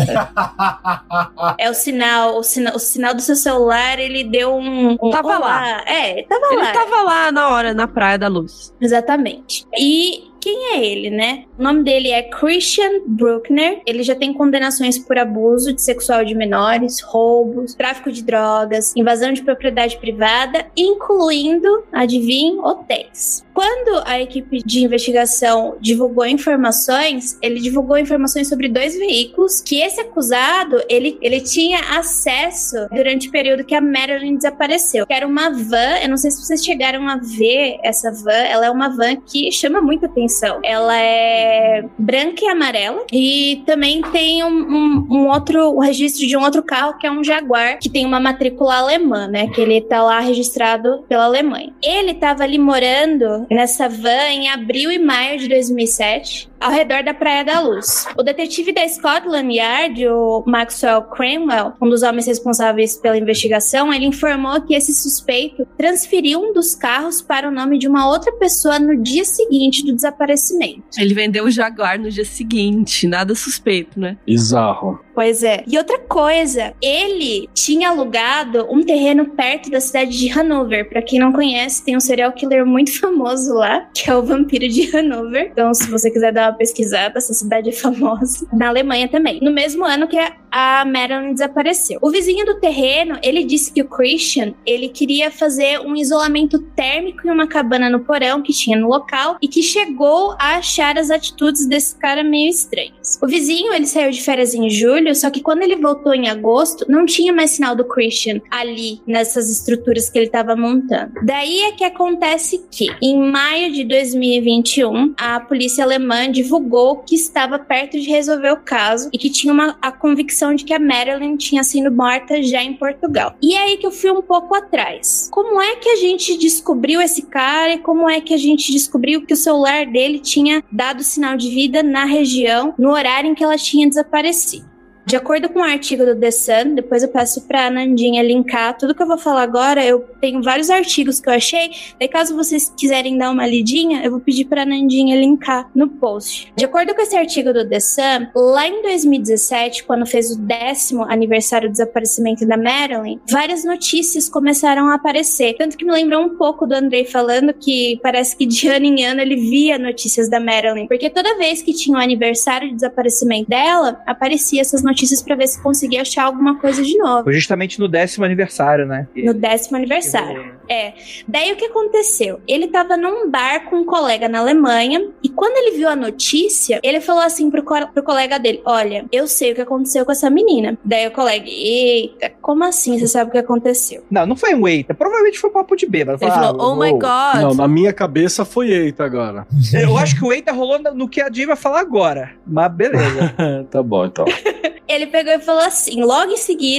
É o sinal, o sinal, o sinal do seu celular, ele deu um... um tava olá. lá. É, tava Ele lá. tava lá na hora, na Praia da Luz. Exatamente. E... quem é ele, né? O nome dele é Christian Bruckner. Ele já tem condenações por abuso de sexual de menores, roubos, tráfico de drogas, invasão de propriedade privada, incluindo, adivinhe, hotéis. Quando a equipe de investigação divulgou informações, ele divulgou informações sobre dois veículos que esse acusado, ele, ele tinha acesso durante o período que a Marilyn desapareceu. Que era uma van, eu não sei se vocês chegaram a ver essa van, ela é uma van que chama muita atenção. Ela é branca e amarela e também tem um, um, um outro um registro de um outro carro que é um Jaguar, que tem uma matrícula alemã, né? Que ele tá lá registrado pela Alemanha. Ele tava ali morando nessa van em abril e maio de dois mil e sete, ao redor da Praia da Luz. O detetive da Scotland Yard, o Maxwell Cranwell, um dos homens responsáveis pela investigação, ele informou que esse suspeito transferiu um dos carros para o nome de uma outra pessoa no dia seguinte do desaparecimento. Ele vendeu o Jaguar no dia seguinte, nada suspeito, né? Bizarro. Pois é. E outra coisa, ele tinha alugado um terreno perto da cidade de Hanover. Pra quem não conhece, tem um serial killer muito famoso lá, que é o Vampiro de Hanover. Então, se você quiser dar uma pesquisada, essa cidade é famosa. Na Alemanha também. No mesmo ano que a Marilyn desapareceu. O vizinho do terreno, ele disse que o Christian, ele queria fazer um isolamento térmico em uma cabana no porão que tinha no local e que chegou a achar as atitudes desse cara meio estranhas. O vizinho, ele saiu de férias em julho, só que quando ele voltou em agosto, não tinha mais sinal do Christian ali, nessas estruturas que ele estava montando. Daí é que acontece que, em maio de dois mil e vinte e um, a polícia alemã divulgou que estava perto de resolver o caso e que tinha uma, a convicção de que a Marilyn tinha sido morta já em Portugal. E é aí que eu fui um pouco atrás. Como é que a gente descobriu esse cara e como é que a gente descobriu que o celular dele tinha dado sinal de vida na região, no horário em que ela tinha desaparecido? De acordo com um artigo do The Sun, depois eu peço pra Nandinha linkar tudo que eu vou falar agora. Eu tenho vários artigos que eu achei, daí caso vocês quiserem dar uma lidinha, eu vou pedir pra Nandinha linkar no post. De acordo com esse artigo do The Sun, lá em dois mil e dezessete, quando fez o décimo aniversário do desaparecimento da Marilyn, várias notícias começaram a aparecer, tanto que me lembrou um pouco do Andrei falando que parece que de ano em ano ele via notícias da Marilyn, porque toda vez que tinha o aniversário de desaparecimento dela, aparecia essas notícias notícias pra ver se conseguia achar alguma coisa de novo. Foi justamente no décimo aniversário, né? No décimo aniversário. É. Daí o que aconteceu? Ele tava num bar com um colega na Alemanha e quando ele viu a notícia, ele falou assim pro, co- pro colega dele: olha, eu sei o que aconteceu com essa menina. Daí o colega: eita, como assim você sabe o que aconteceu? Não, não foi um eita. Provavelmente foi papo de bêbado. Ele Falou, falou, ah, oh my God. Não, na minha cabeça foi eita agora. Eu acho que o eita rolou no que a Jay vai falar agora. Mas beleza. Tá bom, então. Ele pegou e falou assim, logo em seguida,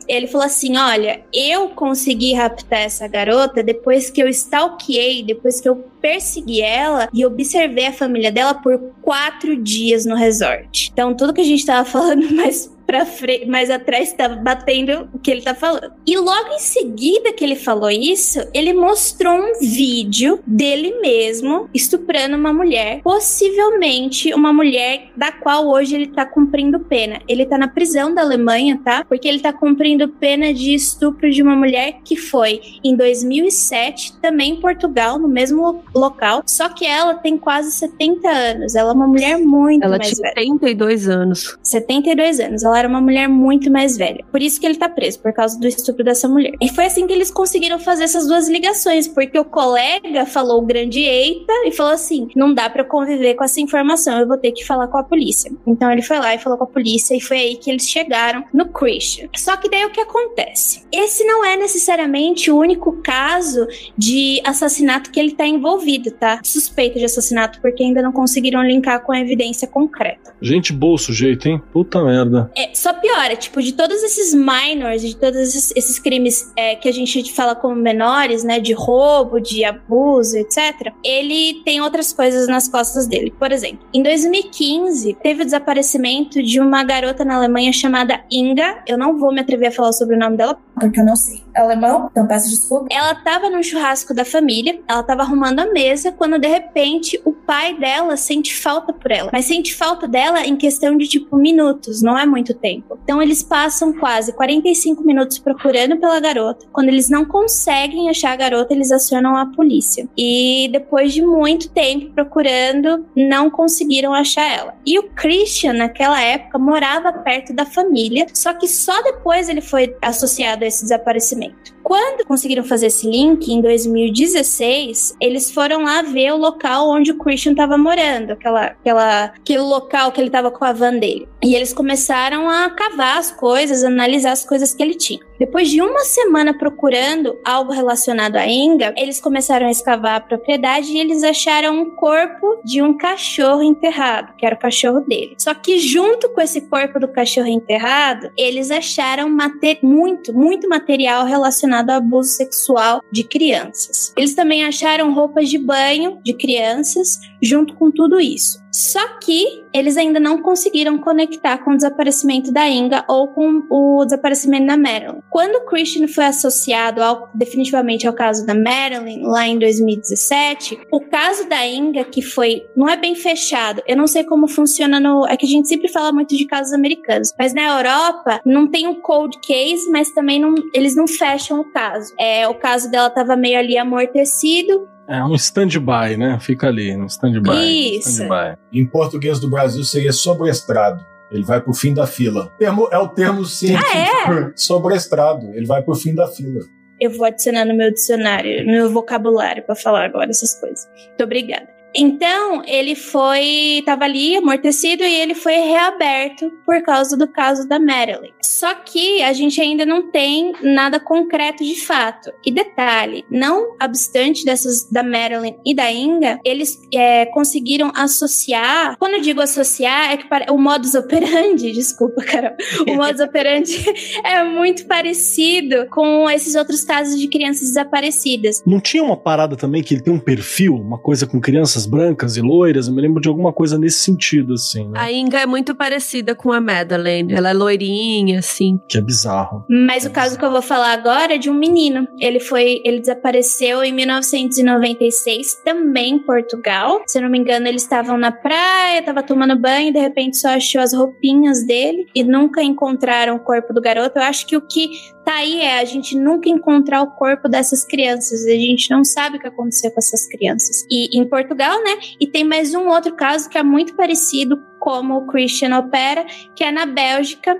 ele falou assim, olha, eu consegui raptar essa garota depois que eu stalkeei, depois que eu persegui ela e observei a família dela por quatro dias no resort. Então, tudo que a gente tava falando mais pra frente, mais atrás, tava batendo o que ele tá falando. E logo em seguida que ele falou isso, ele mostrou um vídeo dele mesmo estuprando uma mulher, possivelmente uma mulher da qual hoje ele tá cumprindo pena. Ele tá na prisão da Alemanha, tá? Porque ele tá cumprindo pena de estupro de uma mulher que foi em dois mil e sete, também em Portugal, no mesmo local, só que ela tem quase setenta anos. Ela é uma mulher muito ela mais tinha velha. setenta e dois anos. setenta e dois anos. Ela era uma mulher muito mais velha. Por isso que ele tá preso, por causa do estupro dessa mulher. E foi assim que eles conseguiram fazer essas duas ligações, porque o colega falou o grande eita e falou assim, não dá pra eu conviver com essa informação, eu vou ter que falar com a polícia. Então ele foi lá e falou com a polícia e foi aí que eles chegaram no Christian. Só que daí o que acontece? Esse não é necessariamente o único caso de assassinato que ele tá envolvido, tá? Suspeita de assassinato, porque ainda não conseguiram linkar com a evidência concreta. Gente boa o sujeito, hein? Puta merda. É, só piora, tipo, de todos esses minors, de todos esses, esses crimes é, que a gente fala como menores, né, de roubo, de abuso, etcétera, ele tem outras coisas nas costas dele. Por exemplo, em dois mil e quinze, teve o desaparecimento de uma garota na Alemanha chamada Inga. Eu não vou me atrever a falar sobre o nome dela, porque eu não sei alemão, então peço desculpa. Ela tava no churrasco da família, ela tava arrumando a mesa, quando de repente o pai dela sente falta por ela. Mas sente falta dela em questão de, tipo, minutos, não é muito tempo. Então eles passam quase quarenta e cinco minutos procurando pela garota. Quando eles não conseguem achar a garota, eles acionam a polícia. E depois de muito tempo procurando, não conseguiram achar ela. E o Christian, naquela época, morava perto da família, só que só depois ele foi associado a esse desaparecimento. Quando conseguiram fazer esse link, em dois mil e dezesseis, eles foram lá ver o local onde o Christian estava morando, aquela, aquela, aquele local que ele estava com a van dele. E eles começaram a cavar as coisas, analisar as coisas que ele tinha. Depois de uma semana procurando algo relacionado a Inga, eles começaram a escavar a propriedade e eles acharam um corpo de um cachorro enterrado, que era o cachorro dele. Só que junto com esse corpo do cachorro enterrado, eles acharam mater- muito, muito material relacionado ao abuso sexual de crianças. Eles também acharam roupas de banho de crianças junto com tudo isso. Só que eles ainda não conseguiram conectar com o desaparecimento da Inga ou com o desaparecimento da Marilyn. Quando o Christian foi associado ao, definitivamente ao caso da Marilyn, lá em dois mil e dezessete, o caso da Inga, que foi, não é bem fechado, eu não sei como funciona no... É que a gente sempre fala muito de casos americanos, mas na Europa não tem um cold case, mas também não, eles não fecham o caso. É, o caso dela estava meio ali amortecido. É um stand-by, né? Fica ali, um stand-by. Isso. Stand-by. Em português do Brasil seria sobreestrado. Ele vai pro fim da fila. Termo, é o termo científico. Ah, é? Sobreestrado. Ele vai pro fim da fila. Eu vou adicionar no meu dicionário, no meu vocabulário pra falar agora essas coisas. Muito obrigada. Então, ele foi... Tava ali, amortecido, e ele foi reaberto por causa do caso da Marilyn. Só que a gente ainda não tem nada concreto de fato. E detalhe, não obstante dessas da Marilyn e da Inga, eles é, conseguiram associar... Quando eu digo associar, é que o modus operandi... Desculpa, Carol. O modus operandi é muito parecido com esses outros casos de crianças desaparecidas. Não tinha uma parada também que ele tem um perfil, uma coisa com crianças brancas e loiras? Eu me lembro de alguma coisa nesse sentido, assim, né? A Inga é muito parecida com a Madeleine. Ela é loirinha, assim. Que é bizarro. Mas o caso que eu vou falar agora é de um menino. Ele foi, ele desapareceu em mil novecentos e noventa e seis, também em Portugal. Se eu não me engano, eles estavam na praia, tava tomando banho, e de repente só achou as roupinhas dele e nunca encontraram o corpo do garoto. Eu acho que o que tá aí é a gente nunca encontrar o corpo dessas crianças. A gente não sabe o que aconteceu com essas crianças. E em Portugal, né? E tem mais um outro caso que é muito parecido como o Christian opera, que é na Bélgica,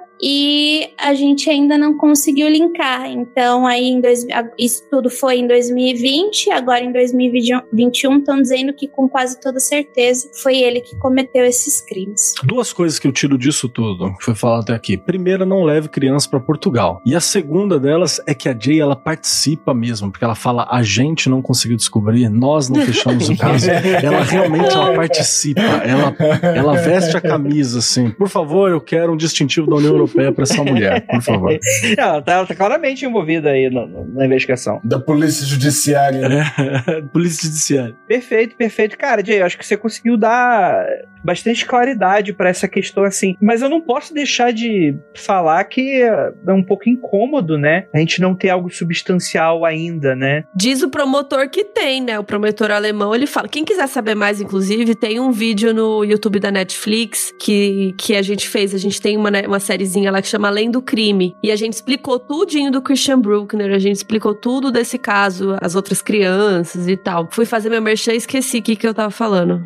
e a gente ainda não conseguiu linkar. Então, aí em dois, isso tudo foi em dois mil e vinte, agora em dois mil e vinte e um estão dizendo que com quase toda certeza foi ele que cometeu esses crimes. Duas coisas que eu tiro disso tudo, que foi falado até aqui. Primeira, não leve crianças para Portugal. E a segunda delas é que a Jay, ela participa mesmo, porque ela fala, a gente não conseguiu descobrir, nós não fechamos o caso. Ela realmente, ela participa, ela, ela veste a camisa, assim, por favor, eu quero um distintivo da União Europeia Europeia pra essa mulher, por favor. Ela tá, ela tá claramente envolvida aí no, no, na investigação. Da polícia judiciária, né? É, polícia judiciária. Perfeito, perfeito. Cara, Jay, eu acho que você conseguiu dar bastante claridade pra essa questão, assim. Mas eu não posso deixar de falar que é um pouco incômodo, né? A gente não ter algo substancial ainda, né? Diz o promotor que tem, né? O promotor alemão, ele fala. Quem quiser saber mais, inclusive, tem um vídeo no YouTube da Netflix que, que a gente fez. A gente tem uma, uma sériezinha lá que chama Além do Crime. E a gente explicou tudinho do Christian Bruckner. A gente explicou tudo desse caso, as outras crianças e tal. Fui fazer meu merchan e esqueci o que, que eu tava falando.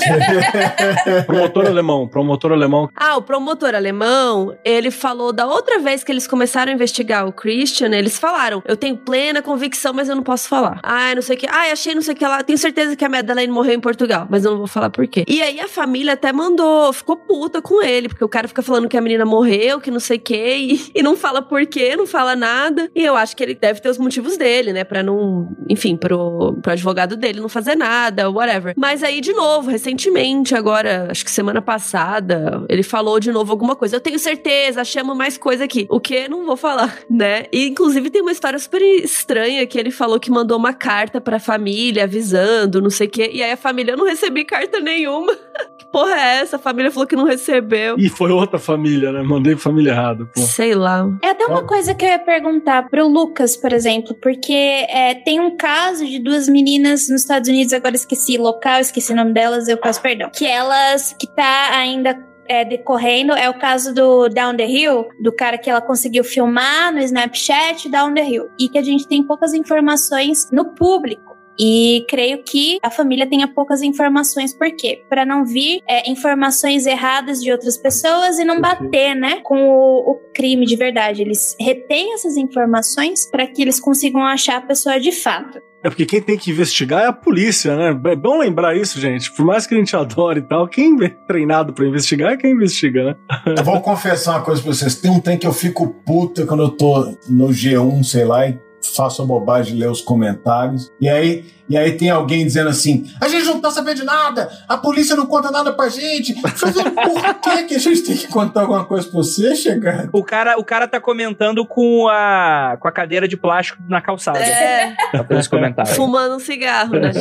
Promotor alemão, promotor alemão. Ah, o promotor alemão, ele falou da outra vez que eles começaram a investigar o Christian, eles falaram, eu tenho plena convicção, mas eu não posso falar. Ah, não sei o que, ah, achei não sei o que lá, tenho certeza que a Madeleine morreu em Portugal, mas eu não vou falar por quê. E aí a família até mandou, ficou puta com ele, porque o cara fica falando que a menina morreu, que não sei o que, e, e não fala por quê, não fala nada. E eu acho que ele deve ter os motivos dele, né, pra não, enfim, pro, pro advogado dele não fazer nada, whatever. Mas aí, de novo, recentemente, agora, acho que semana passada, ele falou de novo alguma coisa. Eu tenho certeza, achamos mais coisa aqui. O que? Não vou falar, né? E, inclusive, tem uma história super estranha que ele falou que mandou uma carta pra família avisando, não sei o quê. E aí a família, eu não recebi carta nenhuma. Que porra é essa? A família falou que não recebeu. E foi outra família, né? Mandei pra família errada. Pô. Sei lá. É até uma coisa que eu ia perguntar pro Lucas, por exemplo, porque é, tem um caso de duas meninas nos Estados Unidos, agora esqueci o local, esqueci o nome delas, eu peço perdão, que elas, que tá ainda é, decorrendo, é o caso do Down the Hill, do cara que ela conseguiu filmar no Snapchat, Down the Hill, e que a gente tem poucas informações no público. E creio que a família tenha poucas informações. Por quê? Para não vir é, informações erradas de outras pessoas e não bater, né, com o, o crime de verdade. Eles retêm essas informações para que eles consigam achar a pessoa de fato. É porque quem tem que investigar é a polícia, né? É bom lembrar isso, gente. Por mais que a gente adore e tal, quem é treinado pra investigar é quem investiga, né? Eu vou confessar uma coisa pra vocês. Tem um tempo que eu fico puta quando eu tô no G um, sei lá, e faço a bobagem de ler os comentários. E aí, e aí tem alguém dizendo assim, a gente não tá sabendo de nada, a polícia não conta nada pra gente. Falei, por que, que a gente tem que contar alguma coisa pra você, chegar? O cara, o cara tá comentando com a, com a cadeira de plástico na calçada. É. Tá esse comentário. Fumando um cigarro, né?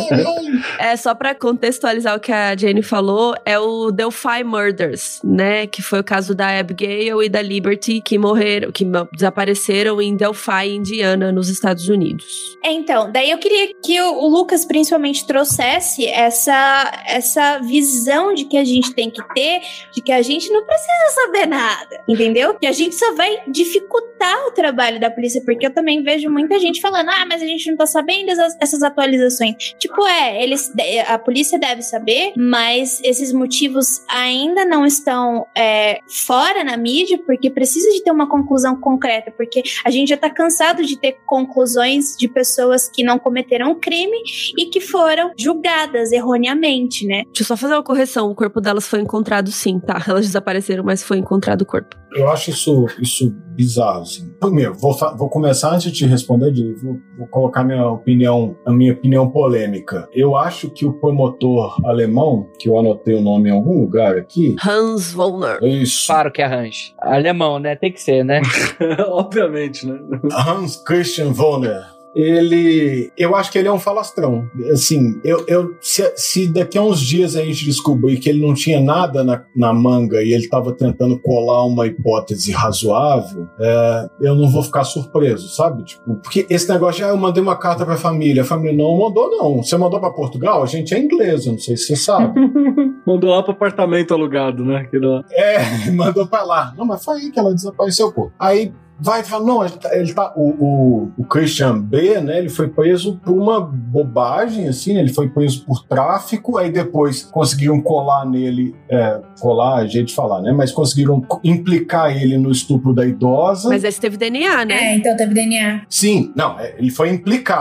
É, só pra contextualizar o que a Jenny falou, é o Delphi Murders, né? Que foi o caso da Abigail e da Liberty, que morreram, que desapareceram em Delphi, Indiana, nos Estados Unidos. Então, daí eu queria que o, o Lucas principalmente trouxesse essa, essa visão de que a gente tem que ter, de que a gente não precisa saber nada, entendeu? Que a gente só vai dificultar o trabalho da polícia, porque eu também vejo muita gente falando, ah, mas a gente não tá sabendo essas, essas atualizações. Tipo, é, eles, a polícia deve saber, mas esses motivos ainda não estão é, fora na mídia, porque precisa de ter uma conclusão concreta, porque a gente já tá cansado de ter conclusões de pessoas que não cometeram crime e que foram julgadas erroneamente, né? Deixa eu só fazer uma correção, o corpo delas foi encontrado sim, tá? Elas desapareceram, mas foi encontrado o corpo. Eu acho isso, isso bizarro, assim. Primeiro, vou, vou começar antes de te responder, de, vou, vou colocar minha opinião, a minha opinião polêmica. Eu acho que o promotor alemão, que eu anotei o nome em algum lugar aqui... Hans Wollner. Isso. Claro que é Hans. Alemão, né? Tem que ser, né? Obviamente, né? Hans Christian Wollner. Ele... Eu acho que ele é um falastrão. Assim, eu, eu, se, se daqui a uns dias a gente descobrir que ele não tinha nada na, na manga e ele estava tentando colar uma hipótese razoável, é, eu não vou ficar surpreso, sabe? Tipo, porque esse negócio de, ah, eu mandei uma carta pra família. A família não mandou, não. Você mandou pra Portugal? A gente é inglês, eu não sei se você sabe. Mandou lá pro apartamento alugado, né? Lá. É, mandou pra lá. Não, mas foi aí que ela desapareceu, pô. Aí... Vai e fala, não, ele tá, ele tá o, o, o Christian B, né, ele foi preso por uma bobagem, assim, ele foi preso por tráfico, aí depois conseguiram colar nele, é, colar, é jeito de falar, né, mas conseguiram implicar ele no estupro da idosa. Mas esse teve D N A, né? É, então teve D N A. Sim, não, ele foi implicado.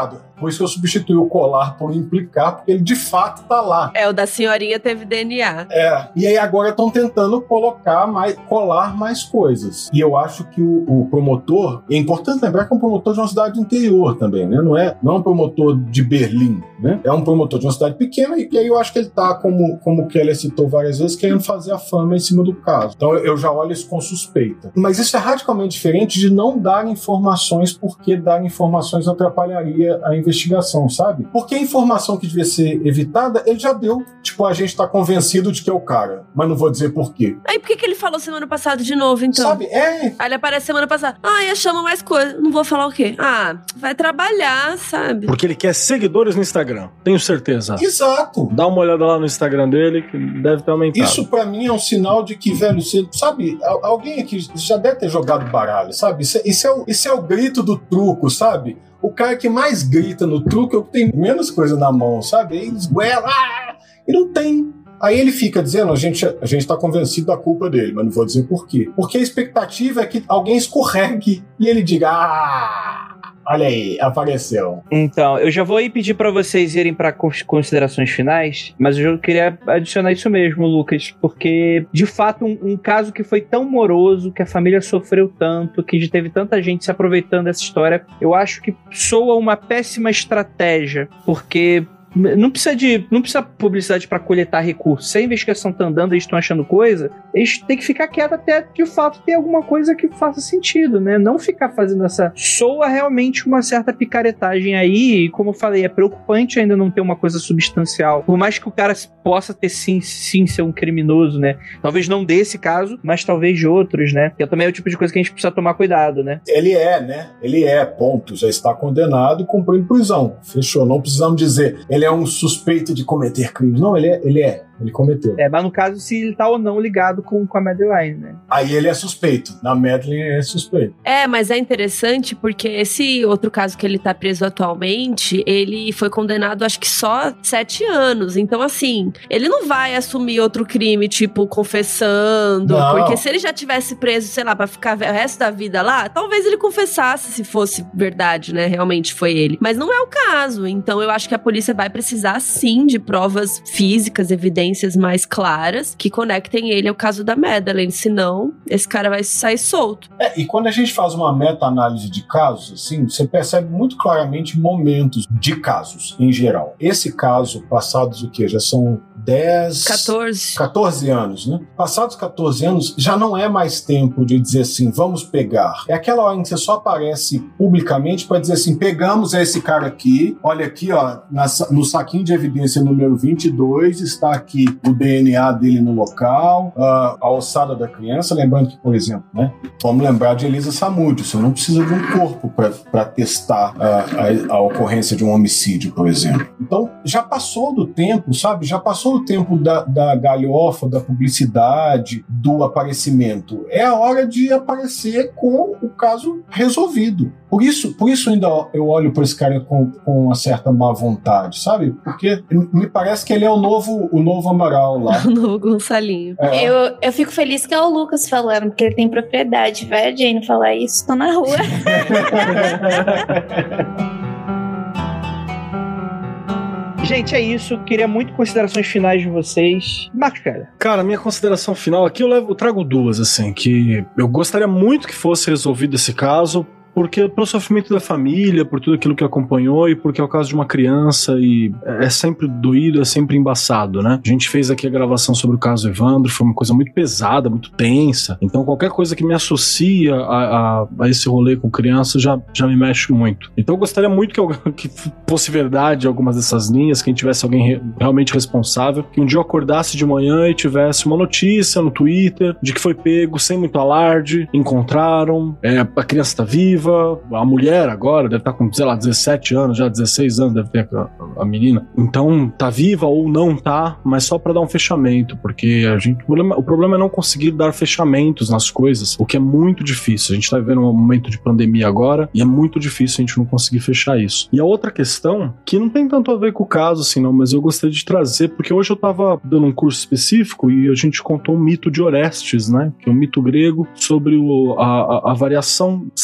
Por isso que eu substituí o colar por implicar, porque ele de fato tá lá. É, o da senhorinha teve D N A. É, e aí agora estão tentando colocar mais, colar mais coisas. E eu acho que o, o promotor, é importante lembrar que é um promotor de uma cidade do interior também, né? Não é, não é um promotor de Berlim, né? É um promotor de uma cidade pequena, e, e aí eu acho que ele tá, como, como o Keller citou várias vezes, querendo fazer a fama em cima do caso. Então eu já olho isso com suspeita. Mas isso é radicalmente diferente de não dar informações, porque dar informações atrapalharia a investigação, sabe? Porque a informação que devia ser evitada, ele já deu. Tipo, a gente tá convencido de que é o cara, mas não vou dizer por quê. Aí por que, que ele falou semana passada de novo, então? Sabe, é... Aí ele aparece semana passada. Ah, eu chamo mais coisa. Não vou falar o quê? Ah, vai trabalhar, sabe? Porque ele quer seguidores no Instagram, tenho certeza. Exato. Dá uma olhada lá no Instagram dele, que deve ter aumentado. Isso pra mim é um sinal de que, velho, você, sabe, alguém aqui já deve ter jogado baralho, sabe? Isso é, isso, é o, isso é o grito do truco, sabe? O cara que mais grita no truco é o que tem menos coisa na mão, sabe? Aí eles goelam, ah, e não tem. Aí ele fica dizendo, a gente, a gente tá convencido da culpa dele, mas não vou dizer por quê. Porque a expectativa é que alguém escorregue e ele diga, ah... Olha aí, apareceu. Então, eu já vou aí pedir pra vocês irem pra considerações finais, mas eu queria adicionar isso mesmo, Lucas, porque, de fato, um, um caso que foi tão moroso, que a família sofreu tanto, que teve tanta gente se aproveitando dessa história, eu acho que soa uma péssima estratégia, porque... Não precisa de não precisa publicidade para coletar recursos. Se a investigação tá andando e eles estão achando coisa, eles têm que ficar quietos até de fato ter alguma coisa que faça sentido, né? Não ficar fazendo essa... Soa realmente uma certa picaretagem aí, e como eu falei, é preocupante ainda não ter uma coisa substancial. Por mais que o cara possa ter sim, sim ser um criminoso, né? Talvez não desse caso, mas talvez de outros, né? Que também é o tipo de coisa que a gente precisa tomar cuidado, né? Ele é, né? Ele é, ponto. Já está condenado e cumprindo prisão. Fechou. Não precisamos dizer... Ele é um suspeito de cometer crimes. Não, ele é, ele é. Ele cometeu. É, mas no caso, se ele tá ou não ligado com, com a Madeline, né? Aí ele é suspeito. Na Madeline ele é suspeito. É, mas é interessante porque esse outro caso que ele tá preso atualmente, ele foi condenado acho que só sete anos. Então, assim, ele não vai assumir outro crime, tipo, confessando. Não. Porque se ele já tivesse preso, sei lá, pra ficar o resto da vida lá, talvez ele confessasse se fosse verdade, né? Realmente foi ele. Mas não é o caso. Então, eu acho que a polícia vai precisar, sim, de provas físicas, evidências mais claras que conectem ele ao caso da Madeline, senão esse cara vai sair solto. É, e quando a gente faz uma meta-análise de casos, assim, você percebe muito claramente momentos de casos, em geral. Esse caso, passados o quê? Já são dez... catorze. catorze anos, né? Passados catorze anos, já não é mais tempo de dizer assim, vamos pegar. É aquela hora em que você só aparece publicamente para dizer assim, pegamos esse cara aqui, olha aqui, ó, na, no saquinho de evidência número vinte e dois, está aqui o D N A dele no local, a, a ossada da criança, lembrando que, por exemplo, né, vamos lembrar de Elisa Samúdio, você não precisa de um corpo para testar a, a, a ocorrência de um homicídio, por exemplo. Então, já passou do tempo, sabe? Já passou o tempo da, da galhofa, da publicidade, do aparecimento. É a hora de aparecer com o caso resolvido. Por isso, por isso ainda eu olho para esse cara com, com uma certa má vontade, sabe? Porque me parece que ele é o novo, o novo Amaral lá. O novo Gonçalinho. É. Eu, eu fico feliz que é o Lucas falando, porque ele tem propriedade. Vai a Jane falar isso, tô na rua. Gente, é isso. Queria muito considerações finais de vocês. Marcos Keller. Cara, minha consideração final aqui eu, levo, eu trago duas, assim, que eu gostaria muito que fosse resolvido esse caso, porque pelo sofrimento da família, por tudo aquilo que acompanhou e porque é o caso de uma criança e é sempre doído, é sempre embaçado, né? A gente fez aqui a gravação sobre o caso Evandro, foi uma coisa muito pesada, muito tensa, então qualquer coisa que me associa a, a, a esse rolê com criança já, já me mexe muito. Então eu gostaria muito que, eu, que fosse verdade algumas dessas linhas, que a gente tivesse alguém re, realmente responsável, que um dia eu acordasse de manhã e tivesse uma notícia no Twitter de que foi pego sem muito alarde, encontraram, é, a criança tá viva, a mulher agora deve estar com, sei lá, dezessete anos, já dezesseis anos deve ter a, a menina. Então, tá viva ou não tá, mas só pra dar um fechamento, porque a gente, o problema, o problema é não conseguir dar fechamentos nas coisas, o que é muito difícil. A gente tá vivendo um momento de pandemia agora e é muito difícil a gente não conseguir fechar isso. E a outra questão, que não tem tanto a ver com o caso assim não, mas eu gostaria de trazer, porque hoje eu tava dando um curso específico e a gente contou um mito de Orestes, né, que é um mito grego sobre o, a, a, a variação, sair da justiça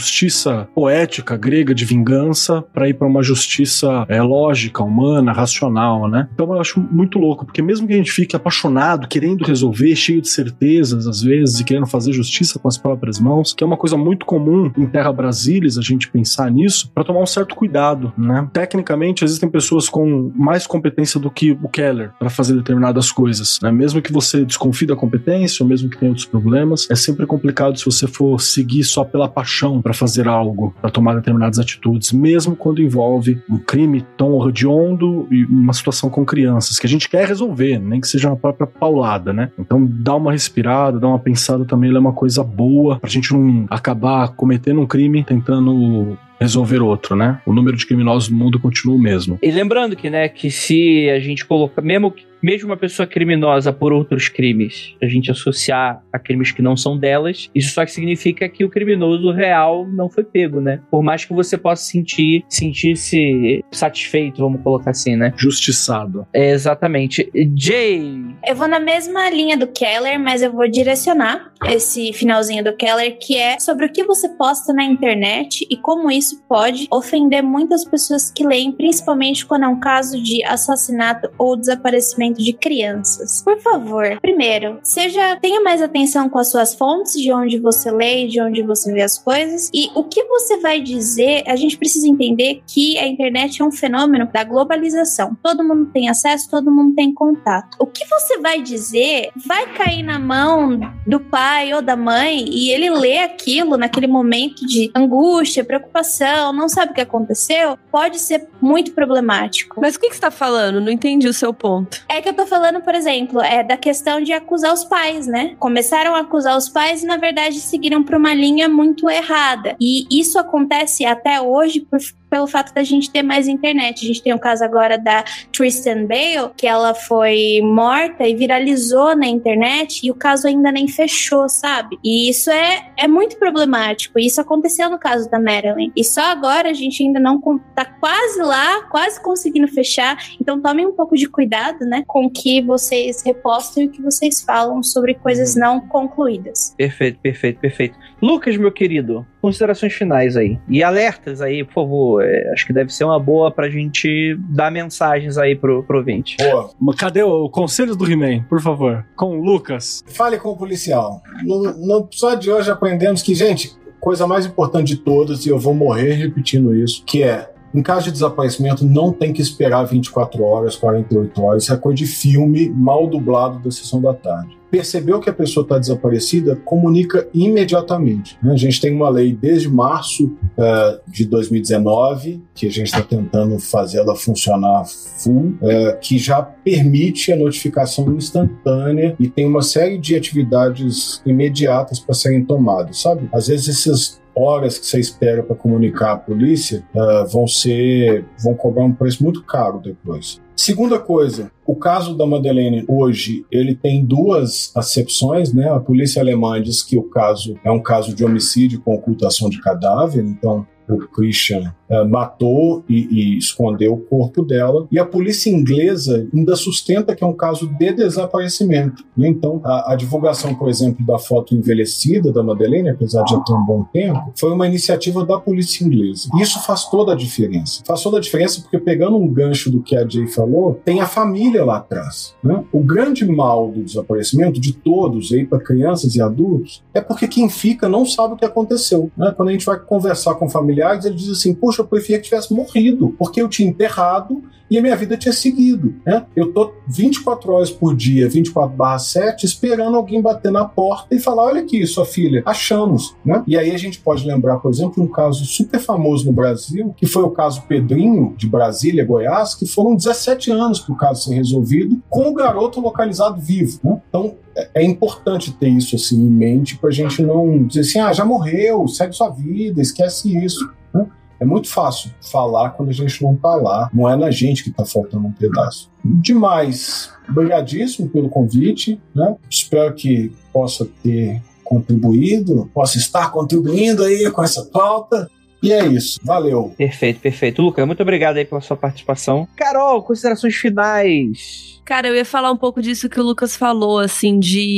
justiça poética grega de vingança para ir para uma justiça é, lógica, humana, racional, né? Então eu acho muito louco, porque mesmo que a gente fique apaixonado, querendo resolver, cheio de certezas às vezes, e querendo fazer justiça com as próprias mãos, que é uma coisa muito comum em Terra Brasilis, a gente pensar nisso, para tomar um certo cuidado, né? Tecnicamente, existem pessoas com mais competência do que o Keller para fazer determinadas coisas, né? Mesmo que você desconfie da competência, ou mesmo que tenha outros problemas, é sempre complicado se você for seguir só pela paixão para fazer algo, para tomar determinadas atitudes, mesmo quando envolve um crime tão hediondo e uma situação com crianças, que a gente quer resolver, nem que seja uma própria paulada, né? Então, dá uma respirada, dá uma pensada também, é uma coisa boa, pra gente não acabar cometendo um crime tentando resolver outro, né? O número de criminosos no mundo continua o mesmo. E lembrando que, né, que se a gente colocar, mesmo que mesmo uma pessoa criminosa por outros crimes, a gente associar a crimes que não são delas, isso só significa que o criminoso real não foi pego, né? Por mais que você possa sentir, sentir-se satisfeito, vamos colocar assim, né? Justiçado. É, exatamente. Jay! Eu vou na mesma linha do Keller, mas eu vou direcionar esse finalzinho do Keller, que é sobre o que você posta na internet e como isso pode ofender muitas pessoas que leem, principalmente quando é um caso de assassinato ou desaparecimento de crianças. Por favor, primeiro, seja, tenha mais atenção com as suas fontes, de onde você lê, de onde você vê as coisas, e o que você vai dizer, a gente precisa entender que a internet é um fenômeno da globalização. Todo mundo tem acesso, todo mundo tem contato. O que você vai dizer vai cair na mão do pai ou da mãe e ele lê aquilo naquele momento de angústia, preocupação, não sabe o que aconteceu, pode ser muito problemático. Mas o que, que você tá falando? Não entendi o seu ponto. É que eu tô falando, por exemplo, é da questão de acusar os pais, né? Começaram a acusar os pais e, na verdade, seguiram por uma linha muito errada. E isso acontece até hoje por pelo fato da gente ter mais internet. A gente tem o caso agora da Tristan Bale, que ela foi morta e viralizou na internet e o caso ainda nem fechou, sabe? E isso é, é muito problemático. Isso aconteceu no caso da Marilyn. E só agora a gente ainda não tá quase lá, quase conseguindo fechar. Então tomem um pouco de cuidado, né, com o que vocês repostam e o que vocês falam sobre coisas não concluídas. Perfeito, perfeito, perfeito. Lucas, meu querido, considerações finais aí. E alertas aí, por favor. É, acho que deve ser uma boa pra gente dar mensagens aí pro, pro ouvinte. Boa. Cadê o conselho do He-Man, por favor? Com o Lucas. Fale com o policial. No, no episódio de hoje aprendemos que, gente, coisa mais importante de todas, e eu vou morrer repetindo isso, que é, em caso de desaparecimento, não tem que esperar vinte e quatro horas, quarenta e oito horas. Isso é coisa de filme mal dublado da sessão da tarde. Percebeu que a pessoa está desaparecida, comunica imediatamente. A gente tem uma lei desde março uh, de dois mil e dezenove, que a gente está tentando fazer ela funcionar full, uh, que já permite a notificação instantânea e tem uma série de atividades imediatas para serem tomadas, sabe? Às vezes essas horas que você espera para comunicar à polícia uh, vão ser, vão cobrar um preço muito caro depois. Segunda coisa, o caso da Madeleine hoje, ele tem duas acepções, né? A polícia alemã diz que o caso é um caso de homicídio com ocultação de cadáver, então o Christian uh, matou e, e escondeu o corpo dela, e a polícia inglesa ainda sustenta que é um caso de desaparecimento, né? Então a, a divulgação, por exemplo, da foto envelhecida da Madeleine, apesar de já ter um bom tempo, foi uma iniciativa da polícia inglesa. Isso faz toda a diferença. Faz toda a diferença porque, pegando um gancho do que a Jay falou, tem a família lá atrás, né? O grande mal do desaparecimento de todos, aí para crianças e adultos, é porque quem fica não sabe o que aconteceu, né? Quando a gente vai conversar com familiares, ele diz assim, poxa, eu preferia que tivesse morrido, porque eu tinha enterrado e a minha vida tinha seguido, né? Eu tô vinte e quatro horas por dia, vinte e quatro barra sete, esperando alguém bater na porta e falar, olha aqui, sua filha, achamos, né? E aí a gente pode lembrar, por exemplo, um caso super famoso no Brasil, que foi o caso Pedrinho, de Brasília, Goiás, que foram dezessete anos para o caso ser resolvido, com o garoto localizado vivo, né? Então, é importante ter isso assim em mente para a gente não dizer assim, ah, já morreu, segue sua vida, esquece isso, né? É muito fácil falar quando a gente não tá lá, não é na gente que tá faltando um pedaço. Demais, obrigadíssimo pelo convite, né? Espero que possa ter contribuído, possa estar contribuindo aí com essa pauta. E é isso, valeu. Perfeito, perfeito. Lucas, muito obrigado aí pela sua participação. Carol, considerações finais. Cara, eu ia falar um pouco disso que o Lucas falou, assim, de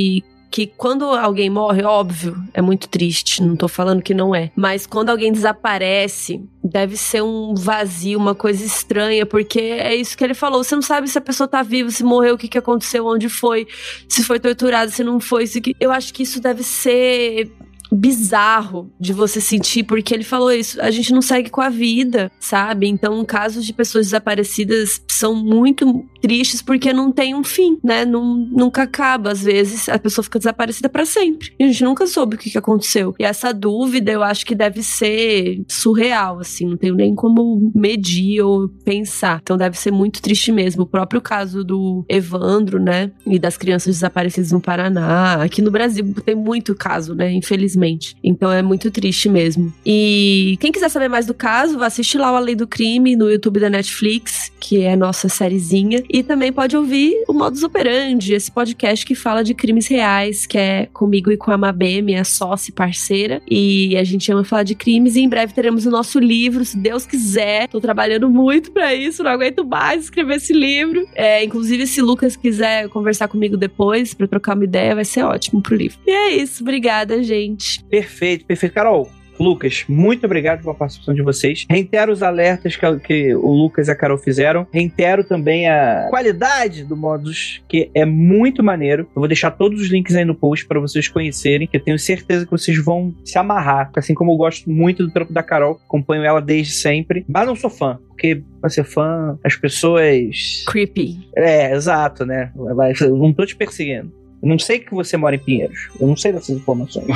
que quando alguém morre, óbvio, é muito triste, não tô falando que não é, mas quando alguém desaparece, deve ser um vazio, uma coisa estranha, porque é isso que ele falou, você não sabe se a pessoa tá viva, se morreu, o que que aconteceu, onde foi, se foi torturado, se não foi, se... eu acho que isso deve ser bizarro de você sentir, porque ele falou isso, a gente não segue com a vida, sabe? Então, casos de pessoas desaparecidas são muito tristes porque não tem um fim, né? Não, nunca acaba. Às vezes, a pessoa fica desaparecida pra sempre. E a gente nunca soube o que, que aconteceu. E essa dúvida, eu acho que deve ser surreal, assim. Não tenho nem como medir ou pensar. Então, deve ser muito triste mesmo. O próprio caso do Evandro, né? E das crianças desaparecidas no Paraná. Aqui no Brasil tem muito caso, né? Infelizmente. Então, é muito triste mesmo. E quem quiser saber mais do caso, vá assistir lá o Além do Crime no YouTube da Netflix, que é a nossa sériezinha. E também pode ouvir o Modus Operandi, esse podcast que fala de crimes reais, que é comigo e com a Mabê, minha sócia e parceira. E a gente ama falar de crimes e em breve teremos o nosso livro, se Deus quiser. Tô trabalhando muito pra isso, não aguento mais escrever esse livro. É, inclusive, se Lucas quiser conversar comigo depois pra trocar uma ideia, vai ser ótimo pro livro. E é isso, obrigada, gente. Perfeito, perfeito. Carol, Lucas, muito obrigado pela participação de vocês. Reitero os alertas que, que o Lucas e a Carol fizeram. Reitero também a qualidade do Modus, que é muito maneiro. Eu vou deixar todos os links aí no post para vocês conhecerem, que eu tenho certeza que vocês vão se amarrar. Assim como eu gosto muito do trampo da Carol, acompanho ela desde sempre. Mas não sou fã, porque pra ser fã, as pessoas... Creepy. É, exato, né? Eu não tô te perseguindo. Eu não sei que você mora em Pinheiros. Eu não sei dessas informações.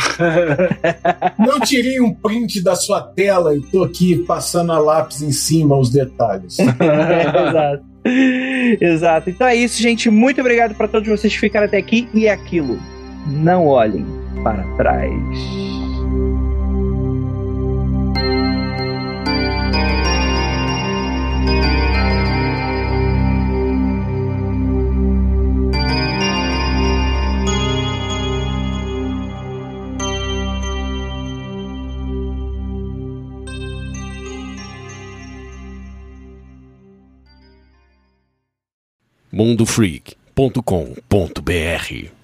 Não tirei um print da sua tela e tô aqui passando a lápis em cima os detalhes. Exato. Exato. Então é isso, gente. Muito obrigado para todos vocês que ficaram até aqui. E é aquilo. Não olhem para trás. mundo freak ponto com ponto b r